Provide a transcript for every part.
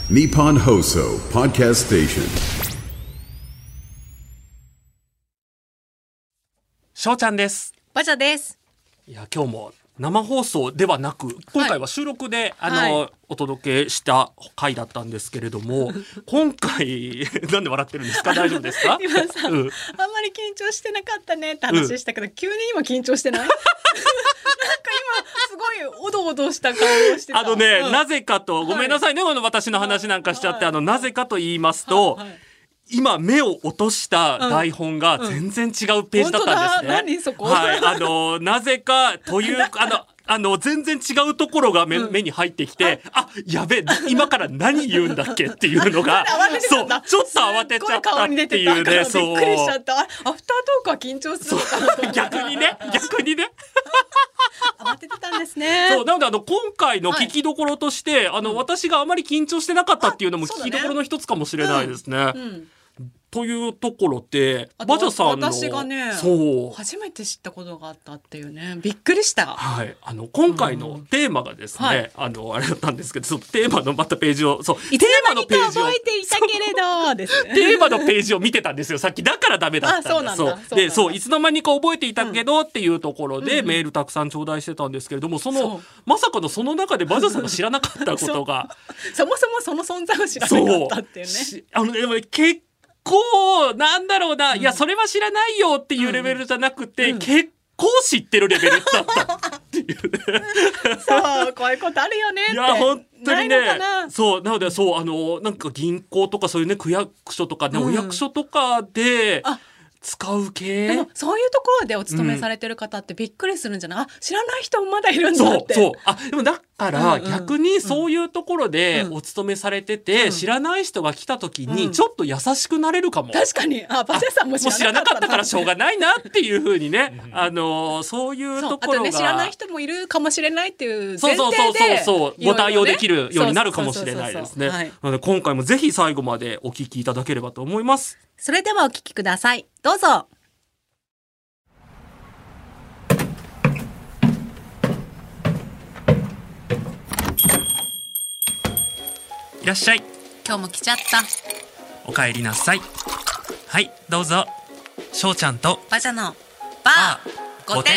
Nippon Hoso Podcast Station。 しょうちゃんです。 バジャです。 いや今日も生放送ではなく今回は収録で、お届けした回だったんですけれども今回なんで笑ってるんですか？大丈夫ですか？ 今さ、あんまり緊張してなかったねって話したけど、急に今緊張してない？なんか今すごいおどおどした顔をしてた。 なぜかとごめんなさいね、私の話なんかしちゃって、なぜかと言いますと、今目を落とした台本が全然違うページだったんですね。 何そこ？ なぜかという全然違うところが目に入ってきて、やべえ今から何言うんだっけっていうのがそうちょっと慌てちゃったっていうね。そうびっくりしちゃった。アフタートークは緊張するのかなと逆にね慌ててたんですね。 そうなので今回の聞きどころとして、私があまり緊張してなかったっていうのも聞きどころの一つかもしれないですね。というところでバジャさんの私がね初めて知ったことがあったっていうね、びっくりした。 今回のテーマがですね、あれだったんですけど、テーマのまたページをいつの間にか覚えていたけれどですね。 テーマのページを見てたんですよさっき。だからダメだったんだ。そういつの間にか覚えていたけどっていうところでメールたくさん頂戴してたんですけれども、まさかのその中でバジャさんが知らなかったことがそもそもその存在を知らなかったっていうね。 でも結なんだろうな、いやそれは知らないよっていうレベルじゃなくて、結構知ってるレベルだったっていうね。 そうこういうことあるよねって。 いや本当にね。そうなのでなんか銀行とかそういうね区役所とかね、お役所とかで使う系。 でもそういうところでお勤めされてる方ってびっくりするんじゃない？知らない人もまだいるんだって。 でもだから逆にそういうところでお勤めされてて、知らない人が来た時にちょっと優しくなれるかも。 確かにバジャさんも知らなかったからしょうがないなっていう風にねそういうところがあとね、知らない人もいるかもしれないっていう前提でご対応できるようになるかもしれないですね。なので今回もぜひ最後までお聞きいただければと思います。 それではお聞きください。どうぞ。 いらっしゃい。 今日も来ちゃった。 お帰りなさい。はいどうぞ。しょうちゃんとバジャのバー5点。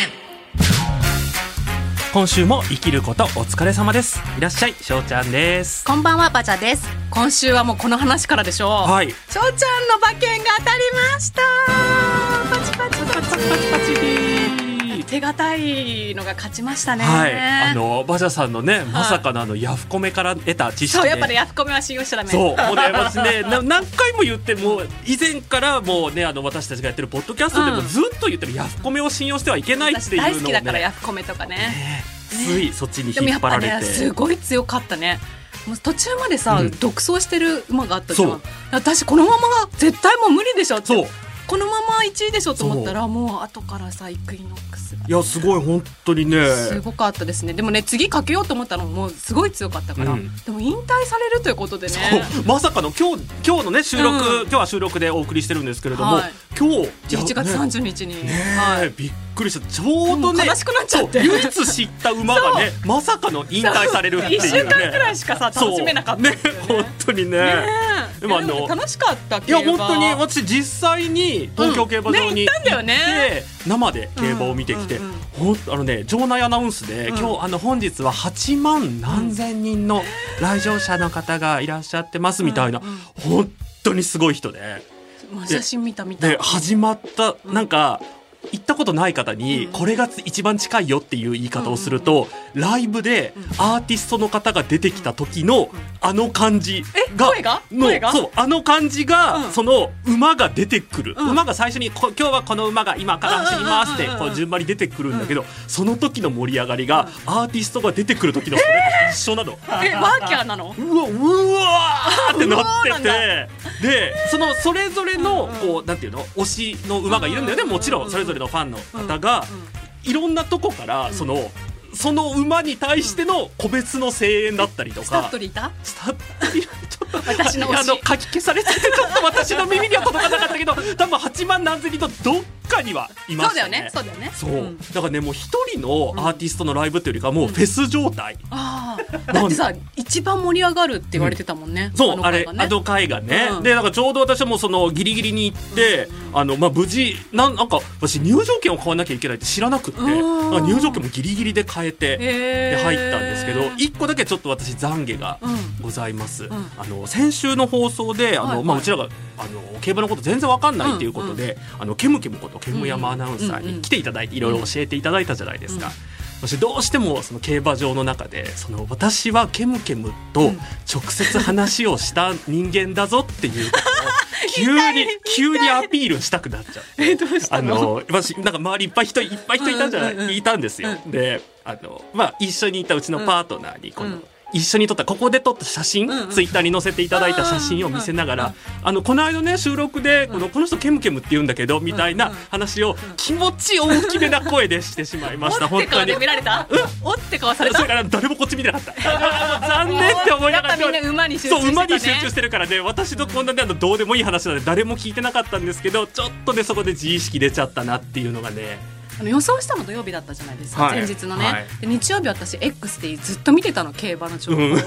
今週も生きることお疲れ様です。いらっしゃいしょうちゃんです。 こんばんはバジャです。今週はもうこの話からでしょう。しょうちゃんの馬券が当たりました。パチパチパチパチパチ。手堅いのが勝ちましたね。 バジャさんのねまさかのヤフコメから得た知識で、 そうやっぱりヤフコメは信用しちゃダメ。 もうね私ね何回も言っても以前からもうね私たちがやってるポッドキャストでもずっと言ってるヤフコメを信用してはいけないっていうのをね、 私大好きだからヤフコメとかねついそっちに引っ張られて、 でもやっぱねすごい強かったね。もう途中までさ、独走してる馬があったじゃん。私このまま絶対もう無理でしょって、このまま1位でしょと思ったらもう後からさイクイノックスが、 いやすごい本当にねすごかったですね。でもね次かけようと思ったのもすごい強かったから、でも引退されるということでね、 まさかの今日のね収録、今日は収録でお送りしてるんですけれども、今日 11月30日に、 びっくりした。ちょうどね悲しくなっちゃって、 唯一知った馬がねまさかの引退されるっていうね、 1週間くらいしかさ楽しめなかったんですよね。 本当にね。 でも楽しかった競馬。いや本当に私実際に東京競馬場に行って生で競馬を見てきて、場内アナウンスで今日本日は8万何千人の来場者の方がいらっしゃってますみたいな、本当にすごい人で、 写真見たみたいで始まったなんか行ったことない方にこれが一番近いよっていう言い方をすると、ライブでアーティストの方が出てきた時のあの感じがそうあの感じがその馬が出てくる、馬が最初に今日はこの馬が今から走りますってこう順番に出てくるんだけど、その時の盛り上がりがアーティストが出てくる時のそれと一緒なの。 ワーキャーなの？ うわーってなってて、でそれぞれのこうなんていうの推しの馬がいるんだよね。もちろんそれぞれのファンの方がいろんなとこからその馬に対しての個別の声援だったりとか、 スタッドリいた？ スタッドリちょっと私の推し書き消されててちょっと私の耳には届かなかったけど多分8万何千人とどっかにはいましたね。 そうだよね。 そう、だからねもう一人のアーティストのライブっていうよりかもうフェス状態、 だってさ一番盛り上がるって言われてたもんね、 そうあの回がね、でなんかちょうど私はもうそのギリギリに行って、無事なんか私入場券を買わなきゃいけないって知らなくって、入場券もギリギリで買えて、で入ったんですけど、一個だけちょっと私懺悔がございます、先週の放送でうちらが競馬のこと全然わかんないっていうことで、ケムケムことケムヤマアナウンサーに来ていただいていろいろ教えていただいたじゃないですか。そしてどうしてもその競馬場の中で私はケムケムと直接話をした人間だぞっていうことを急にアピールしたくなっちゃってどうしたの？ 私なんか周りいっぱい人いたんですよ。で一緒にいたうちのパートナーに一緒に撮ったここで撮った写真、ツイッターに載せていただいた写真を見せながら、この間ね収録でこの人ケムケムって言うんだけどみたいな話を気持ち大きめな声でしてしまいました。本当に見られた？おって顔された？ それから誰もこっち見てなかった残念って思いながら、 やっぱみんな馬に集中してたね。 馬に集中してるからね、私のこんなどうでもいい話なので誰も聞いてなかったんですけど、ちょっとねそこで自意識出ちゃったなっていうのがね、 予想したの土曜日だったじゃないですか、前日のね、で日曜日私 X でずっと見てたの競馬の情報を、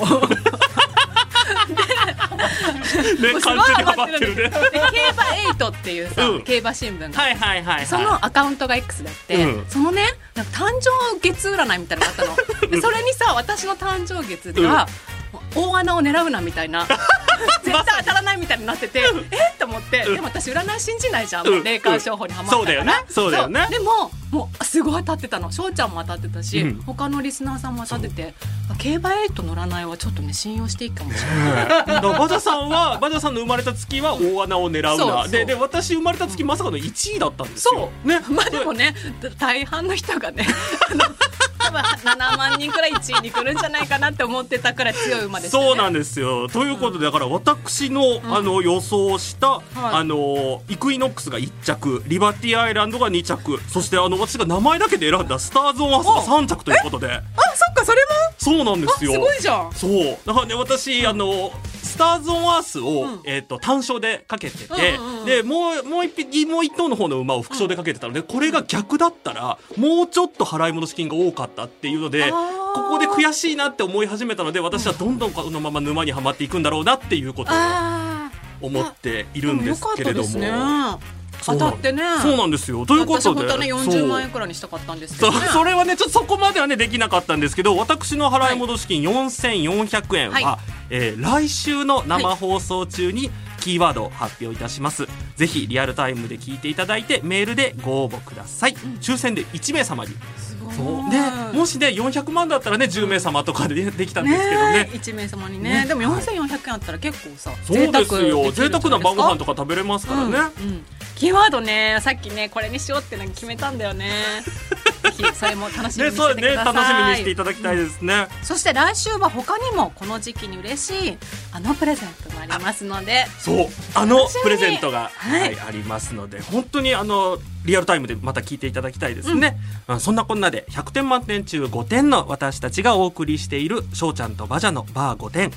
完全にハマってるね。で競馬8っていうさ、競馬新聞が、そのアカウントが X であって、そのねなんか誕生月占いみたいなのがあったので、それにさ私の誕生月が、大穴を狙うなみたいな絶対当たらないみたいになっててと思って、でも私占い信じないじゃん、霊感商法にハマったから、 そうだよね。 でもうすごい当たってたの、翔ちゃんも当たってたし、他のリスナーさんも当たってて、競馬8の占いはちょっとね信用していいかもしれない。 バジャさんの生まれた月は大穴を狙うなで私生まれた月まさかの1位だったんですよ。 でもね大半の人がね多分7万人くらい1位に来るんじゃないかなって思ってたくらい強い馬でしたね。 そうなんですよ。ということでだから私の、予想した、イクイノックスが1着、リバティアイランドが2着、そして私が名前だけで選んだスターズオンアースが3着ということで、 そっかそれもそうなんですよ。 すごいじゃん。 そうだからね私スターズオンアースを、単勝でかけてて、でもう一頭の方の馬を副賞でかけてたので、これが逆だったらもうちょっと払い戻し金が多かったっていうので、ここで悔しいなって思い始めたので、私はどんどんこのまま沼にはまっていくんだろうなっていうことを思っているんですけれども。 当たってね。 そうなんですよ。ということで私は本当はね40万円くらいにしたかったんですけどね。 それはねちょっとそこまではねできなかったんですけど、私の払い戻し金4400円は、来週の生放送中にキーワードを発表いたします。ぜひリアルタイムで聞いていただいてメールでご応募ください。抽選で1名様に。そうでもしね400万だったらね10名様とかでできたんですけどね、 1名様にね。でも4400円あったら結構さ、 そうですよ、贅沢な晩ご飯とか食べれますからね。 キーワードねさっきねこれにしようってのに決めたんだよね。ぜひそれも楽しみにしててください。 楽しみにしていただきたいですね。 そして来週は他にもこの時期に嬉しいプレゼントがありますので、 そうプレゼントが、ありますので、本当にリアルタイムでまた聞いていただきたいですね。そんなこんなで100点満点中5点の私たちがお送りしている翔ちゃんとバジャのバー5点、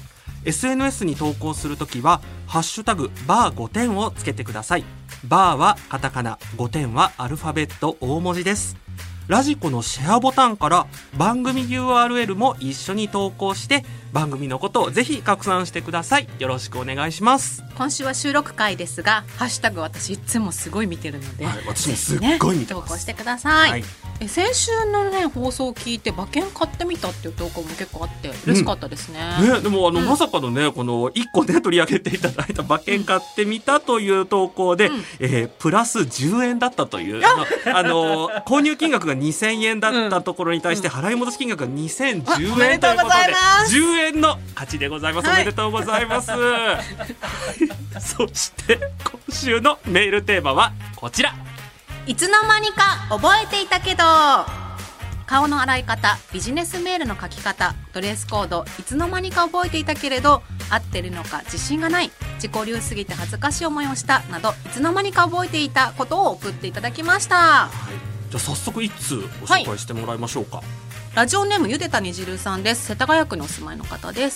SNS に投稿するときはハッシュタグバー5点をつけてください。バーはカタカナ、5点はアルファベット大文字です。ラジコのシェアボタンから番組 URL も一緒に投稿して番組のことをぜひ拡散してください。よろしくお願いします。 今週は収録回ですがハッシュタグ私いつもすごい見てるので、 私もすっごい見てます。 投稿してください。先週のね放送を聞いて馬券買ってみたっていう投稿も結構あって嬉しかったですね。 でもまさかのねこの1個ね取り上げていただいた馬券買ってみたという投稿で、プラス10円だったという購入金額が2000円だったところに対して払い戻し金額が2010円ということで10円の勝ちでございます。おめでとうございます。そして今週のメールテーマはこちら。 いつの間にか覚えていたけど、顔の洗い方、ビジネスメールの書き方、ドレスコード、いつの間にか覚えていたけれど合ってるのか自信がない、自己流すぎて恥ずかしい思いをしたなど、いつの間にか覚えていたことを送っていただきました。 じゃあ早速1通ご紹介してもらいましょうか。 ラジオネームゆでたにじるさんです。世田谷区にお住まいの方です。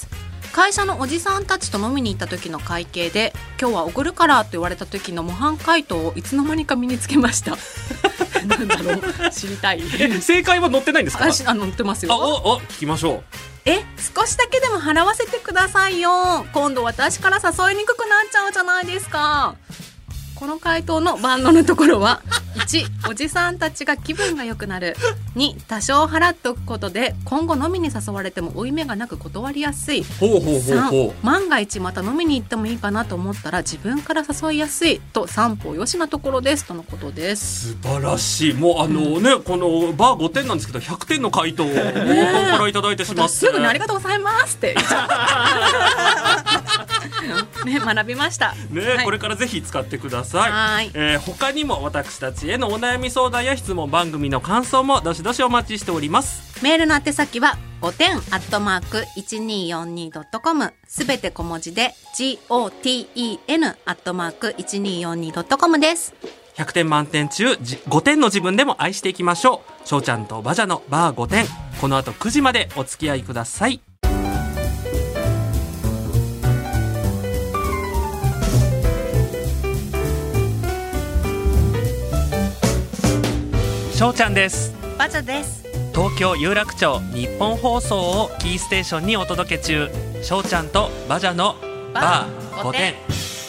会社のおじさんたちと飲みに行った時の会計で今日はおごるからと言われた時の模範解答をいつの間にか身につけましたなんだろう、知りたい。 正解は載ってないんですか？ 載ってますよ。 聞きましょう。 少しだけでも払わせてくださいよ。今度私から誘いにくくなっちゃうじゃないですか。この回答の万能なところは1、おじさんたちが気分が良くなる。2、多少払っておくことで今後飲みに誘われても負い目がなく断りやすい。3、万が一また飲みに行ってもいいかなと思ったら自分から誘いやすいと三方よしなところですとのことです。 素晴らしい。もうこのバー5点なんですけど100点の回答を後半からいただいてしまって、 すぐにありがとうございますって言っちゃうね、学びましたね、 はい、これからぜひ使ってください。他にも私たちへのお悩み相談や質問、番組の感想もどしどしお待ちしております。 メールの宛先は5点@1242.com、 すべて小文字で goten@1242.com です。 100点満点中5点の自分でも愛していきましょう。しょうちゃんとバジャのバー5点、この後9時までお付き合いください。しょうちゃんです。 バジャです。 東京有楽町日本放送をキーステーションにお届け中、しょうちゃんとバジャのバー5点。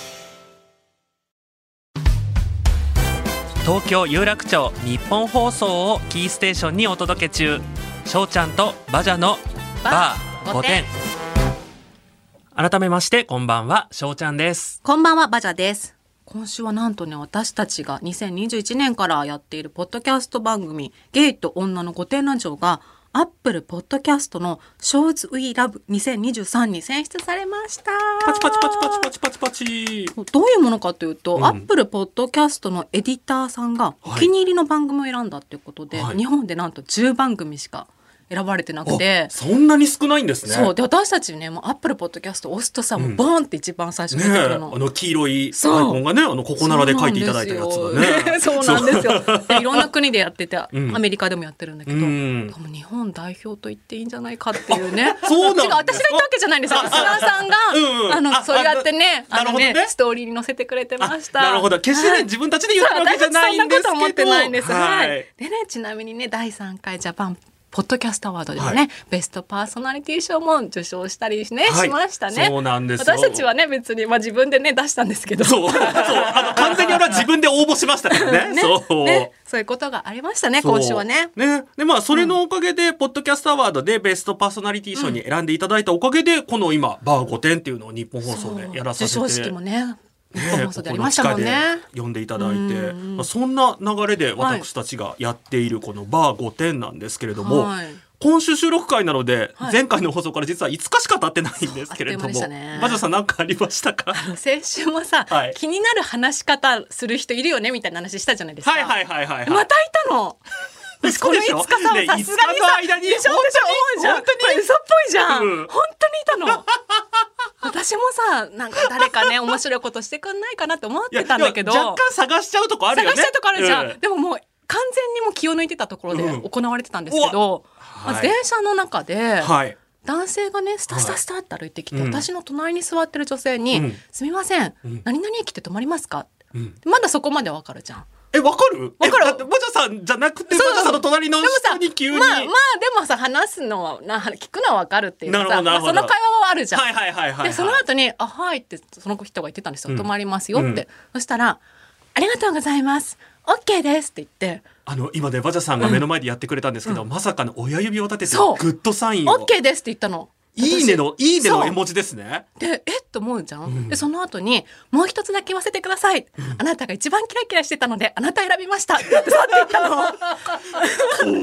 東京有楽町日本放送をキーステーションにお届け中、しょうちゃんとバジャのバー5点。改めましてこんばんは、しょうちゃんです。 こんばんは、バジャです。今週はなんとね、私たちが2021年からやっているポッドキャスト番組ゲイと女の御殿ラジオがアップルポッドキャストの Shows We Love 2023に選出されました。 パチパチパチパチパチパチパチ。 どういうものかというと、アップルポッドキャストのエディターさんがお気に入りの番組を選んだということで、日本でなんと10番組しか選ばれてなくて、 そんなに少ないんですね。 そうで、私たちね、もうアップルポッドキャストを押すとさ、もうボーンって一番最初に出てくるの、 黄色いアイコンがね、ここならで書いていただいたやつだね。 そうなんですよ。いろんな国でやってて、アメリカでもやってるんだけど、多分日本代表と言っていいんじゃないかっていうね。 そうなんですか。 私が言ったわけじゃないんですよ。砂さんがそうやってね、ストーリーに載せてくれてました。 なるほど。決してね、自分たちで言ったわけじゃないんですけど。 そんなこと思ってないんです。 はい。 でね、ちなみにね、第3回ジャパンポッドキャストアワードでもね、ベストパーソナリティ賞も受賞したりね、しましたね。 そうなんですよ。 私たちはね、別に自分でね出したんですけど、 そう完全に俺は自分で応募しましたからね。 そういうことがありましたね、今週はね。 でそれのおかげでポッドキャストアワードでベストパーソナリティ賞に選んでいただいたおかげで、この今バー5点っていうのを日本放送でやらさせて、 授賞式もね、日本放送でありましたもんね。 呼んでいただいて、そんな流れで私たちがやっているこのバー5点なんですけれども、今週収録回なので、前回の放送から実は5日しか経ってないんですけれども、バジャさん何かありましたか？ 先週もさ、気になる話し方する人いるよねみたいな話したじゃないですか。またいたの。私この5日さ、さすがにさ、でしょって思うじゃん。本当に嘘っぽいじゃん。本当にいたの。私もさ、なんか誰かね、面白いことしてくんないかなって思ってたんだけど、 若干探しちゃうとこあるよね。 探しちゃうとこあるじゃん。でももう完全にもう気を抜いてたところで行われてたんですけど、まず電車の中で、男性がね、スタスタスタって歩いてきて、私の隣に座ってる女性に、すみません、何々駅って止まりますか？まだそこまでわかるじゃん。 わかる？バジャさんじゃなくて、バジャさんの隣の人に急に。 まあでもさ、話すのは聞くのはわかるっていうかさ、その会話はあるじゃん。でその後にはいってその人が言ってたんですよ。止まりますよって。そしたらありがとうございます。OK ですって言って。 今ね、バジャさんが目の前でやってくれたんですけど、まさかの親指を立ててグッドサインを。 OK ですって言ったの。 いいねの絵文字ですね。 で、と思うじゃん。で、その後に、もう一つだけ言わせてください。あなたが一番キラキラしてたので、あなた選びましたって言って去っていったの。でさ、また、本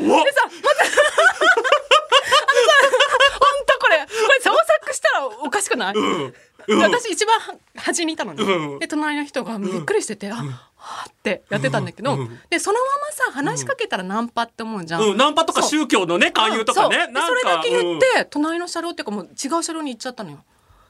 当これ創作したらおかしくない？私一番端にいたのに、で隣の人がびっくりしてて、はってやってたんだけど、でそのままさ話しかけたらナンパって思うじゃん。 ナンパとか宗教のね、勧誘とかね、 それだけ言って隣の車両っていうかもう違う車両に行っちゃったのよ。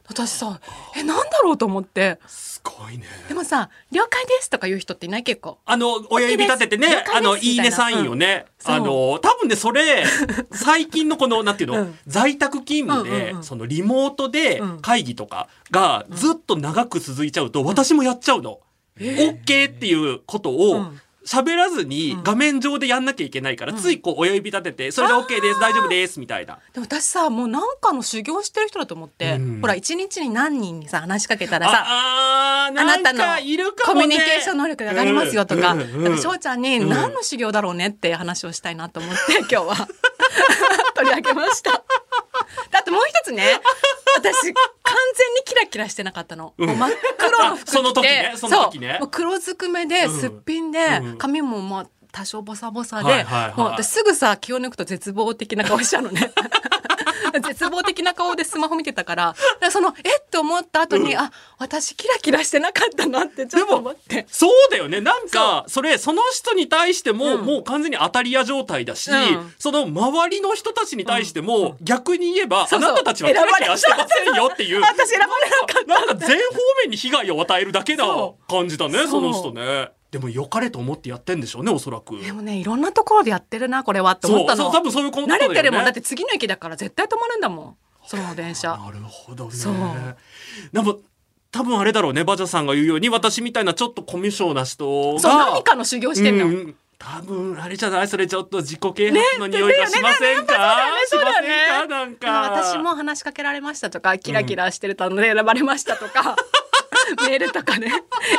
私さなんだろうと思って。 すごいね。 でもさ了解ですとか言う人っていない？結構親指立ててねいいねサインをね、多分ねそれ最近のこのなんていうの、在宅勤務で、そのリモートで会議とかがずっと長く続いちゃうと、私もやっちゃうの。OK っていうことを喋らずに画面上でやんなきゃいけないから、ついこう親指立ててそれで OK です大丈夫ですみたいな。 でも私さもうなんかの修行してる人だと思って、ほら一日に何人にさ話しかけたらさあなたのコミュニケーション能力が上がりますよとか、翔ちゃんに何の修行だろうねって話をしたいなと思って今日は取り上げました。だってもう一つね、私完全にキラキラしてなかったの。もう真っ黒の服着てその時ねもう黒ずくめですっぴんで、髪もまあ多少ボサボサで、もう私すぐさ気を抜くと絶望的な顔しちゃうのね。絶望的な顔でスマホ見てたからそのって思った後に私キラキラしてなかったなってちょっと思って。 そうだよね。なんかその人に対しても、もう完全に当たり屋状態だし、その周りの人たちに対しても、逆に言えばあなたたちはキラキラしてませんよっていう私選ばれなかったなんか全方面に被害を与えるだけな感じだねその人ね。でも良かれと思ってやってんでしょうねおそらく。 でもねいろんなところでやってるなこれはって思ったの。 そう多分そういうことだよね。 慣れてるもんだって次の駅だから絶対止まるんだもんその電車。 なるほどね。でも多分あれだろうねバジャさんが言うように私みたいなちょっとコミュ障な人が何かの修行してんの、 多分あれじゃないそれちょっと自己啓発の匂いがしませんか？しませんか？なんか私も話しかけられましたとかキラキラしてるので選ばれましたとか、メールとかね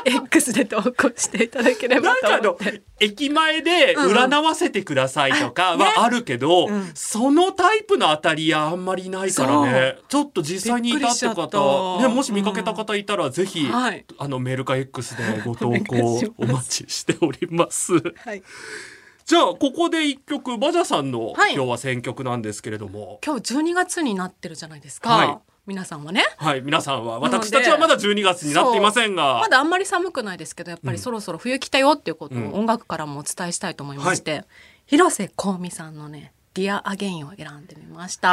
X で投稿していただければと思って。 なんか駅前で占わせてくださいとかはあるけど、そのタイプの当たり屋あんまりないからね。ちょっと実際にいたって方、ね、もし見かけた方いたらぜひ、メールか X でご投稿お待ちしております。じゃあここで一曲バジャさんの今日は選曲なんですけれども、 今日12月になってるじゃないですか、皆さんはね。 皆さんは。私たちはまだ12月になっていませんが、 まだあんまり寒くないですけどやっぱりそろそろ冬来たよっていうことを音楽からもお伝えしたいと思いまして、広瀬香美さんのねDear Again を選んでみました。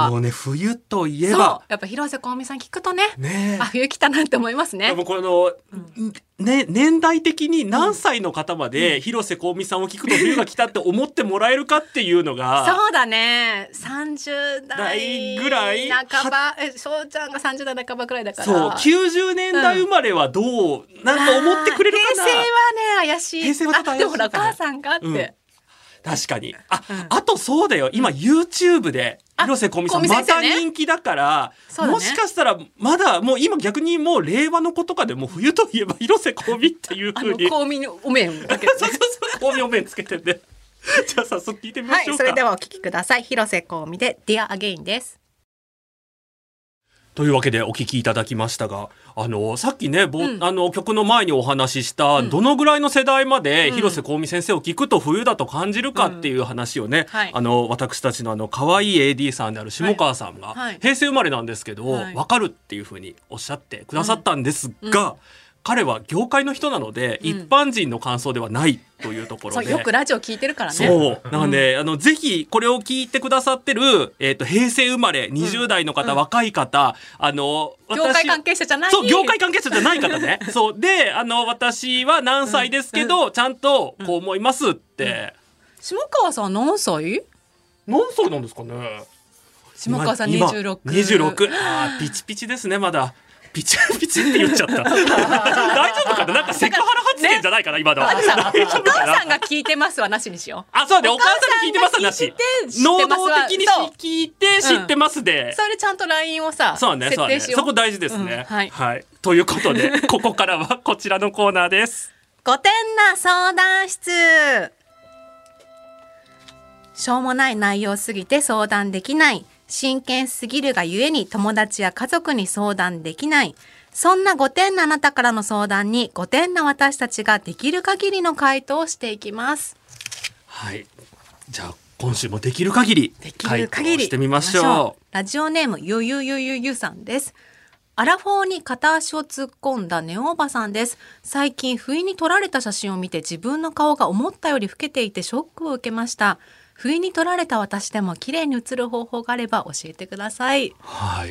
もうね冬といえばやっぱ広瀬香美さん聞くとね冬来たなって思いますね。 でもこの、年代的に何歳の方まで広瀬香美さんを聞くと冬が来たって思ってもらえるかっていうのがそうだね30代ぐらい半ば翔ちゃんが30代半ばくらいだからそう90年代生まれはどう、なんか思ってくれるかな。 平成はね怪しい。 平成はちょっと怪しいでもほらお母さんがって、 確かにあとそうだよ今 YouTube で広瀬香美さんまた人気だから、もしかしたらまだもう今逆にもう令和の子とかでも冬といえば広瀬香美っていう風に香美お面をかけてそう香美お面つけてんでじゃあ早速聞いてみましょうか。 それではお聞きください。広瀬香美で Dear Again です。 というわけでお聞きいただきましたが、さっきね、曲の前にお話しした、どのぐらいの世代まで広瀬香美先生を聞くと冬だと感じるかっていう話をね、私たちの可愛い AD さんである下川さんが、平成生まれなんですけど、わかるっていうふうにおっしゃってくださったんですが、彼は業界の人なので、一般人の感想ではないというところで、 よくラジオ聞いてるからね。 そうなので、ぜひこれを聞いてくださってる、平成生まれ20代の方、若い方業界関係者じゃない、 そう業界関係者じゃない方ねそうで私は何歳ですけど、ちゃんとこう思いますって、 下川さん何歳なんですかね。 下川さん26。 ピチピチですね。まだピチピチって言っちゃった大丈夫かな。なんかセクハラ発言じゃないかな、今の。お母さんが聞いてますはなしにしよう。 そうね、お母さんが聞いてますはなし。能動的に聞いて知ってますで、 それちゃんと LINE をさ設定しよう。 そこ大事ですね。ということでここからはこちらのコーナーです。 5点な相談室。しょうもない内容すぎて相談できない、真剣すぎるがゆえに友達や家族に相談できない、そんな5点なあなたからの相談に5点な私たちができる限りの回答をしていきます。 じゃあ今週もできる限り回答してみましょう。 ラジオネームゆさんです。アラフォーに片足を突っ込んだネオおばさんです。最近不意に撮られた写真を見て自分の顔が思ったより老けていてショックを受けました。不意に撮られた私でも綺麗に写る方法があれば教えてください。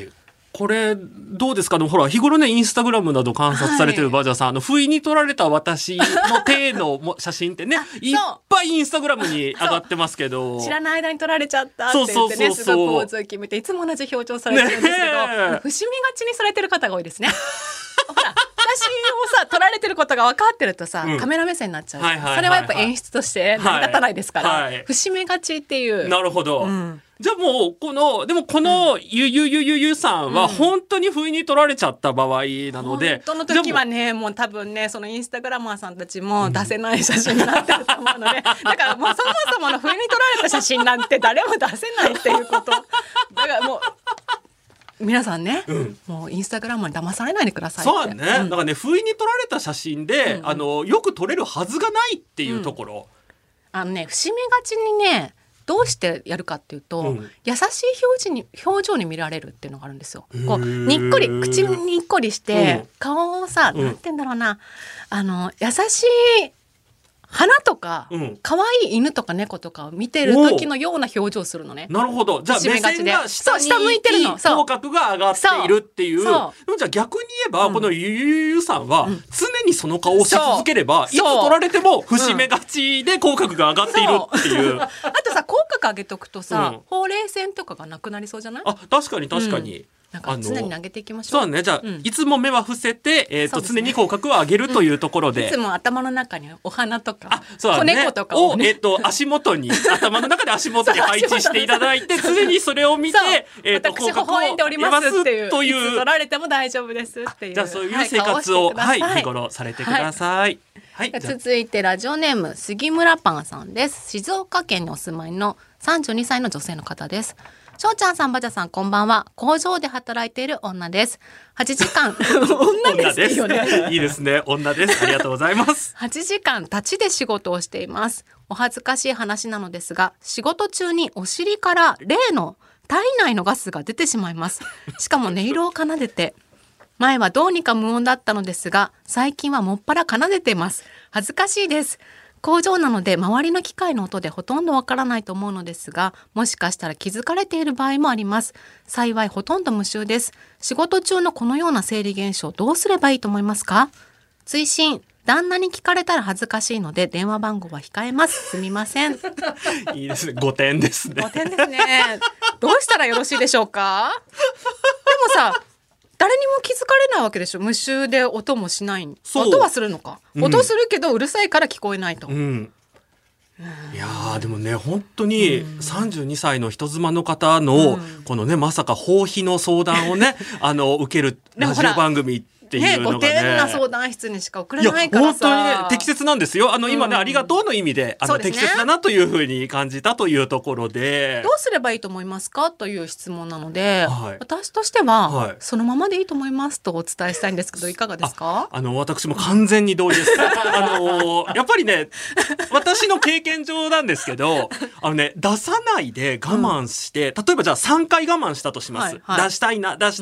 これどうですかね。ほら日頃ねインスタグラムなど観察されてるバジャさん、不意に撮られた私の手の写真ってねいっぱいインスタグラムに上がってますけど、 知らない間に撮られちゃったって言ってね、すごいポーズを決めていつも同じ表情されてるんですけど、伏し目がちにされてる方が多いですね。ほら写真をさ撮られてることが分かってるとさ、カメラ目線になっちゃう、それはやっぱ演出として成り立たないですから、伏し目がちっていう。 なるほど、じゃあもうこのゆさんは本当に不意に撮られちゃった場合なので、 本当の時はねもう多分ねそのインスタグラマーさんたちも出せない写真になってると思うので、だからもうそもそもの不意に撮られた写真なんて誰も出せないっていうことだからもう皆さんね、もうインスタグラムに騙されないでくださいって。 そうね、だからね不意に撮られた写真で、よく撮れるはずがないっていうところ、 節目がちにねどうしてやるかっていうと、優しい表情に見られるっていうのがあるんですよ。こうにっこり口ににっこりして、顔をさ、なんて言うんだろうな、優しい花とか、可愛い犬とか猫とかを見てる時のような表情をするのね。 なるほど。じゃあ目線が下向いてるの、口角が上がっているっていう。でもじゃあ逆に言えば、このゆさんは常にその顔をし続ければ、いつ撮られても節目がちで口角が上がっているっていう。 あとさ口角上げとくとさ、ほうれい線とかがなくなりそうじゃない？ あ、確かに確かに。 なんか常に投げていきましょう。 そうね。じゃあ、いつも目は伏せて、常に口角を上げるというところで、 いつも頭の中にお花とか子猫とかを足元に頭の中で足元に配置していただいて常にそれを見て、 私微笑んでおりますっていう、いつ撮られても大丈夫ですっていう。 じゃあそういう生活を日頃されてください。 続いてラジオネーム杉村パンさんです。静岡県にお住まいの32歳の女性の方です。しょうちゃんさん、ばじゃさん、こんばんは。工場で働いている女です。8時間女ですよね。 いいですね。女です。ありがとうございます。 8時間立ちで仕事をしています。お恥ずかしい話なのですが、仕事中にお尻から例の体内のガスが出てしまいます。しかも音色を奏でて、前はどうにか無音だったのですが、最近はもっぱら奏でています。恥ずかしいです。工場なので周りの機械の音でほとんどわからないと思うのですが、もしかしたら気づかれている場合もあります。幸いほとんど無臭です。仕事中のこのような生理現象、どうすればいいと思いますか？追伸、旦那に聞かれたら恥ずかしいので電話番号は控えます。すみません。 いいですね。5点ですね。 5点ですね。どうしたらよろしいでしょうか？でもさ、誰にも気づかれないわけでしょ。無臭で音もしない。音はするのか、音するけどうるさいから聞こえないと、いやでもね本当に32歳の人妻の方のこのねまさか放棄の相談をね受けるラジオ番組っていうのがね、 5点な相談室にしか送れないからさ、 本当にね適切なんですよ。今ね、ありがとうの意味で適切だなというふうに感じたというところで、 どうすればいいと思いますかという質問なので、私としては、そのままでいいと思いますとお伝えしたいんですけど、いかがですか？ 私も完全に同意です。やっぱりね私の経験上なんですけど出さないで我慢して、例えばじゃあ3回我慢したとします、出したいなで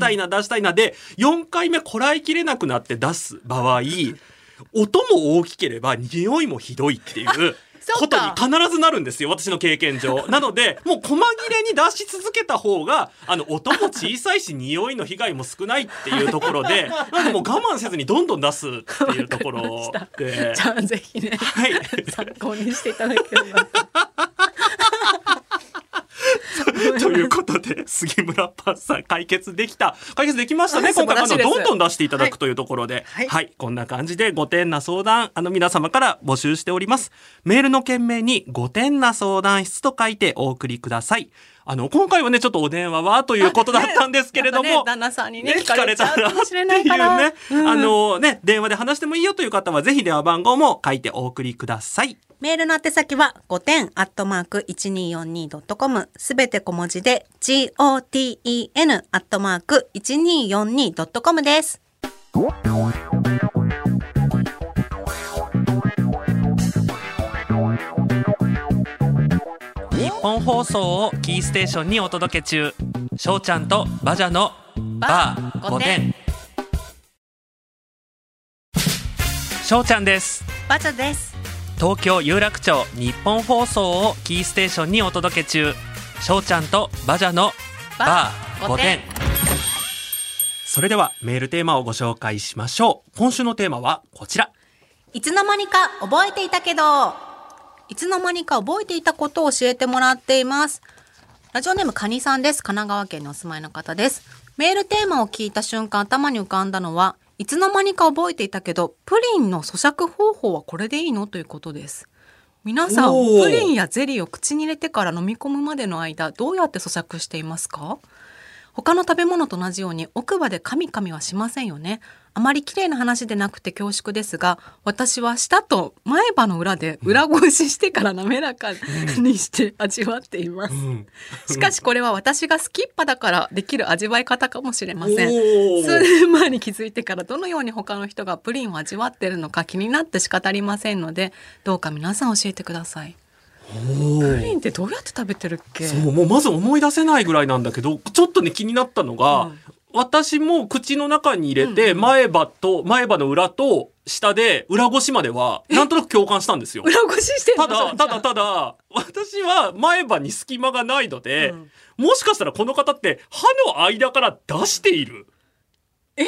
4回目こらえきれなくなって出す場合、音も大きければ匂いもひどいっていうことに必ずなるんですよ、私の経験上。なのでもう細切れに出し続けた方が音も小さいし匂いの被害も少ないっていうところでなんかもう我慢せずにどんどん出すっていうところでじゃあぜひね、参考にしていただければということで杉村パンさん解決できましたね。今回どんどん出していただくというところで、こんな感じで5点な相談皆様から募集しております。メールの件名に5点な相談室と書いてお送りください。今回はねちょっとお電話はということだったんですけれども、 旦那さんにね聞かれちゃうかもしれないからね、電話で話してもいいよという方はぜひ電話番号も書いてお送りください。 メールの宛先は5点@1242.com、 すべて小文字で GOTEN@1242.com です。 日本放送をキーステーションにお届け中、しょうちゃんとバジャのバー5点。しょうちゃんです。 バジャです。 東京有楽町日本放送をキーステーションにお届け中、しょうちゃんとバジャのバー5点。 それではメールテーマをご紹介しましょう。今週のテーマはこちら。 いつの間にか覚えていたけど、いつの間にか覚えていたことを教えてもらっています。ラジオネームカニさんです。神奈川県にお住まいの方です。メールテーマを聞いた瞬間頭に浮かんだのは、いつの間にか覚えていたけどプリンの咀嚼方法はこれでいいのということです。皆さんプリンやゼリーを口に入れてから飲み込むまでの間どうやって咀嚼していますか？他の食べ物と同じように奥歯で噛み噛みはしませんよね。あまり綺麗な話でなくて恐縮ですが、私は舌と前歯の裏で裏ごししてから滑らかにして味わっています。しかしこれは私がスキッパだからできる味わい方かもしれません。数年前に気づいてからどのように他の人がプリンを味わっているのか気になって仕方ありませんので、どうか皆さん教えてください。プリンってどうやって食べてるっけ？ そうもうまず思い出せないぐらいなんだけど、ちょっとね気になったのが、私も口の中に入れて前歯の裏と下で裏ごしまではなんとなく共感したんですよ。 裏ごししてるの？ ただ私は前歯に隙間がないので、もしかしたらこの方って歯の間から出している。 出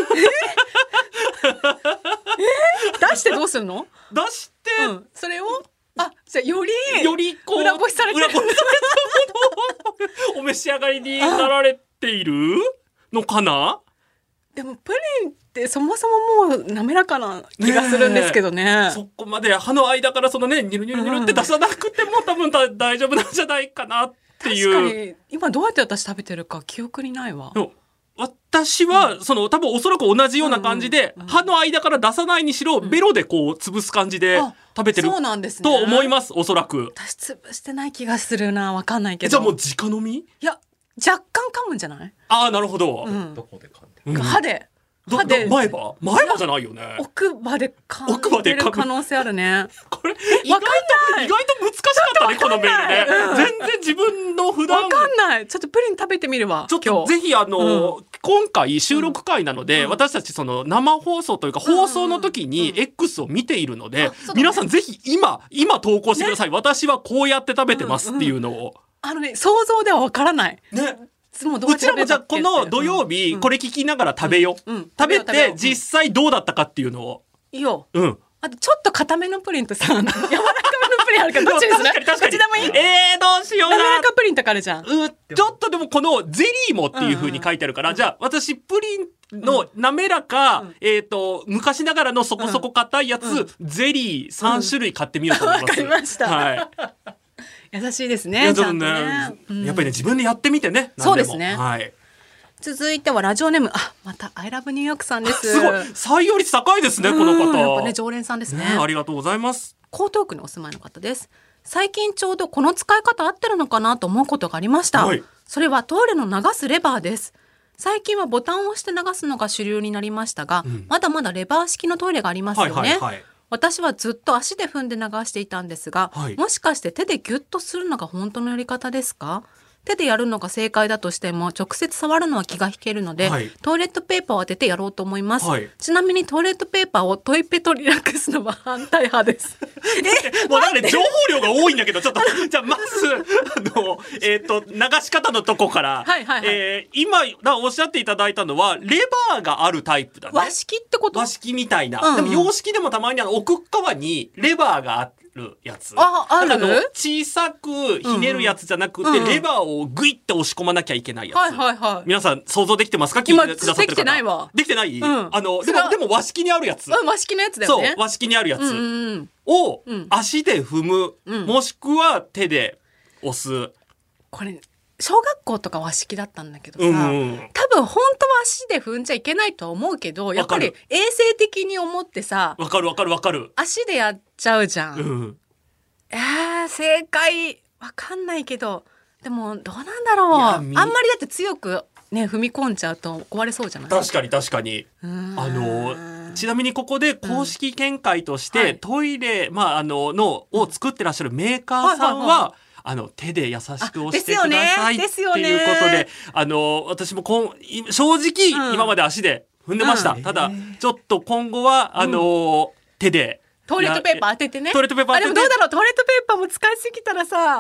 してどうするの？ 出して、 それをじゃあよりこう裏ごしされてるものをお召し上がりになられているのかな。 でもプリンってそもそももう滑らかな気がするんですけどね。 そこまで歯の間からそのねニュルニュルニュルって出さなくても多分大丈夫なんじゃないかなっていう。 確かに今どうやって私食べてるか記憶にないわ。 私はその多分おそらく同じような感じで、歯の間から出さないにしろ、ベロでこう潰す感じで食べてる、 そうなんですね、 と思います。おそらく私潰してない気がするな。わかんないけど。 じゃあもう直飲み？ いや若干噛むんじゃない？ なるほど、 どこで噛んでる？ 歯で前歯じゃないよね。 奥歯で噛んでる可能性あるね。 これ意外と難しかったねこのメールね。全然自分の普段わかんない。ちょっとプリン食べてみるわ。 ちょっとぜひ今回収録回なので、私たちその生放送というか放送の時に X を見ているので、皆さんぜひ今投稿してください。私はこうやって食べてますっていうのを。 想像ではわからない。 ね。うちらもじゃあこの土曜日これ聞きながら食べよう。食べて実際どうだったかっていうのを。 いいよ。あとちょっと固めのプリンとさ、柔らかめのプリンあるからどっちにする？ 確かにどっちでもいい。 どうしような。 滑らかプリンとかあるじゃん。 ちょっとでもこのゼリーもっていう風に書いてあるから、じゃあ私プリンの滑らか、昔ながらのそこそこ硬いやつ、ゼリー3種類買ってみようと思います。 わかりました。 はい。 優しいですね。ちゃんとね。 やっぱりね自分でやってみてね。 そうですね。 はい。 続いてはラジオネームまたアイラブニューヨークさんです。 すごい採用率高いですねこの方。 やっぱね常連さんですね。 ありがとうございます。 江東区にお住まいの方です。最近ちょうどこの使い方合ってるのかなと思うことがありました。それはトイレの流すレバーです。最近はボタンを押して流すのが主流になりましたが、まだまだレバー式のトイレがありますよね。私はずっと足で踏んで流していたんですが、もしかして手でギュッとするのが本当のやり方ですか？手でやるのが正解だとしても直接触るのは気が引けるので、トイレットペーパーを当ててやろうと思います。ちなみにトイレットペーパーをトイペとリラックスのは反対派です。 もうなんで情報量が多いんだけど、ちょっとじゃあまず流し方のとこから、今おっしゃっていただいたのはレバーがあるタイプだね。 和式ってこと？ 和式みたいな。でも洋式でもたまに奥側にレバーがあってやつ。 ある？ 小さくひねるやつじゃなくて、レバーをグイって押し込まなきゃいけないやつ。皆さん想像できてますか？ 今できてないわ。 できてない？でも和式にあるやつ。 和式のやつだよね。 そう和式にあるやつを足で踏む、もしくは手で押す。 これ小学校とか和式だったんだけどさ、多分本当は足で踏んじゃいけないとは思うけど、やっぱり衛生的に思ってさ、 わかる足でやっちゃうじゃん。正解わかんないけど、でもどうなんだろう。あんまりだって強くね踏み込んじゃうと壊れそうじゃない？ 確かに。ちなみにここで公式見解として、トイレを作ってらっしゃるメーカーさんは。手で優しく押してくださいっていうことで、私も正直今まで足で踏んでました。ただちょっと今後は手でトイレットペーパー当ててね。 トイレットペーパー当てて。 でもどうだろう、トイレットペーパーも使いすぎたらさ、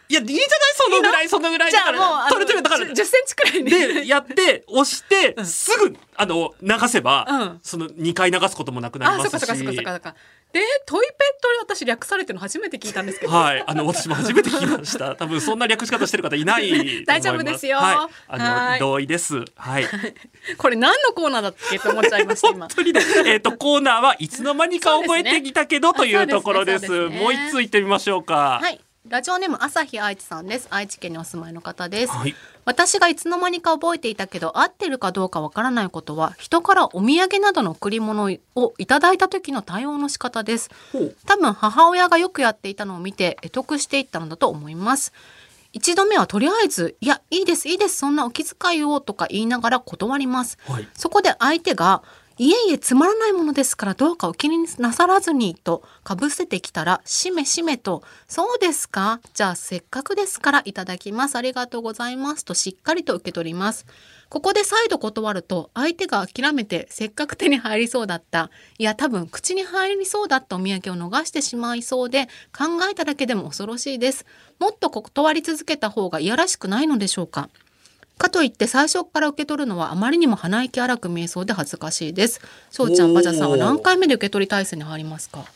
いやいいじゃないそのぐらいそのぐらいだかじゃあもうら取れてるだから 10センチくらいでやって押してすぐ流せば、 うんその2回流すこともなくなりますし。 そっかそっかそっかそっか。でトイペットで私略されてるの初めて聞いたんですけど、 はい私も初めて聞きました多分そんな略し方してる方いないと思います大丈夫ですよはいはい同意ですはいこれ何のコーナーだっけと思っちゃいました今。 本当にねコーナーはいつの間にか覚えてきたけどというところです。 そうですねもう一つ行ってみましょうか。 はい、ラジオネーム朝日愛知さんです。愛知県にお住まいの方です。 はい私がいつの間にか覚えていたけど合ってるかどうかわからないことは、人からお土産などの贈り物をいただいた時の対応の仕方です。 ほう多分母親がよくやっていたのを見て得得していったのだと思います。一度目はとりあえずいやいいですいいですそんなお気遣いをとか言いながら断ります。 はいそこで相手がいえいえつまらないものですからどうかお気になさらずにとかぶせてきたらしめしめとそうですかじゃあせっかくですからいただきますありがとうございますとしっかりと受け取ります。ここで再度断ると相手が諦めてせっかく手に入りそうだったいや多分口に入りそうだったお土産を逃してしまいそうで考えただけでも恐ろしいです。もっと断り続けた方がいやらしくないのでしょうか。かといって最初から受け取るのはあまりにも鼻息荒く見えそうで恥ずかしいです。翔ちゃんバジャさんは何回目で受け取り体制に入りますか。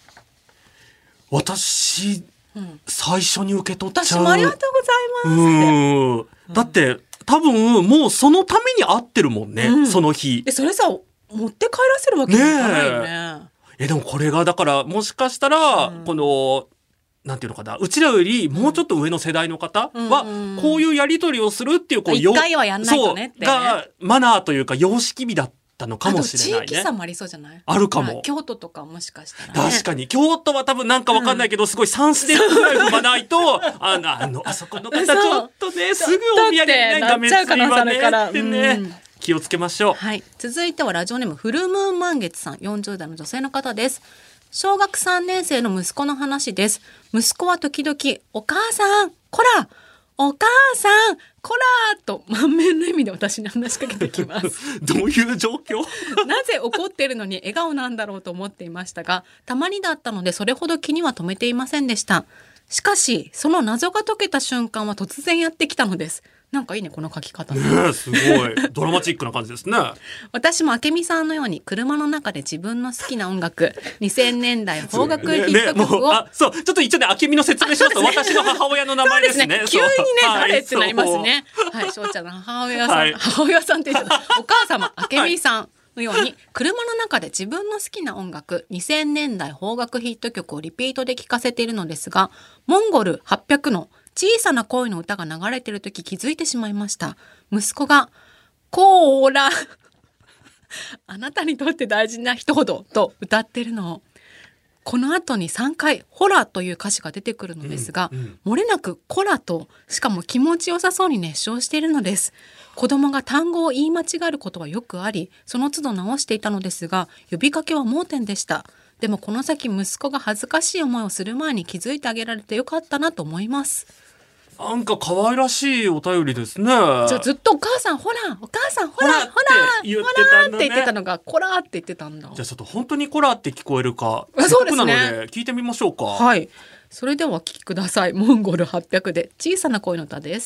私、最初に受け取っちゃう。 私もありがとうございますって。 だって多分もうそのために会ってるもんね、その日でそれさ持って帰らせるわけにいかないよね。 でもこれがだからもしかしたら、このなんていうのかなうちらよりもうちょっと上の世代の方はこういうやり取りをするっていうこう一回はやんないとねってねがマナーというか様式美だったのかもしれないね。 あと地域差もありそうじゃない。 あるかも。 京都とかもしかしたら、ね、 確かに京都は多分なんかわかんないけど、すごい3ステップぐらい踏まないとあそこの方ちょっとねすぐお土産ね画面ついはねってね、気をつけましょう。 はい、続いてはラジオネームフルムーン満月さん40代の女性の方です。小学3年生の息子の話です。息子は時々お母さんこらお母さんこらと満面の意味で私に話しかけてきますどういう状況なぜ怒っているのに笑顔なんだろうと思っていましたが、たまにだったのでそれほど気には留めていませんでした。しかしその謎が解けた瞬間は突然やってきたのです。なんかいいねこの書き方ね。すごいドラマチックな感じですね。 私も明美さんのように車の中で自分の好きな音楽2000年代邦楽ヒット曲を、 そうちょっと一応ね明美の説明しますと、私の母親の名前ですね。 急にね誰ってなりますね。はい、翔ちゃんの母親さん、母親さんって言っちゃったお母様明美さんのように車の中で自分の好きな音楽2000年代邦楽ヒット曲をリピートで聴かせているのですが、モンゴル800の小さな恋の歌が流れている時気づいてしまいました。息子がコーラあなたにとって大事な人ほどと歌っているのを、この後に3回ホラという歌詞が出てくるのですが、漏れなくコラとしかも気持ちよさそうに熱唱しているのです。子供が単語を言い間違えることはよくあり、その都度直していたのですが呼びかけは盲点でした。でもこの先息子が恥ずかしい思いをする前に気づいてあげられてよかったなと思います。 なんか可愛らしいお便りですね。じゃあずっとお母さんほらお母さんほらほらって言ってたんだね。 って言ってたのがコラって言ってたんだ。 じゃあちょっと本当にコラって聞こえるかそうですね。 なので聞いてみましょうか。 はい、それではお聞きください。モンゴル800で小さな恋の歌です。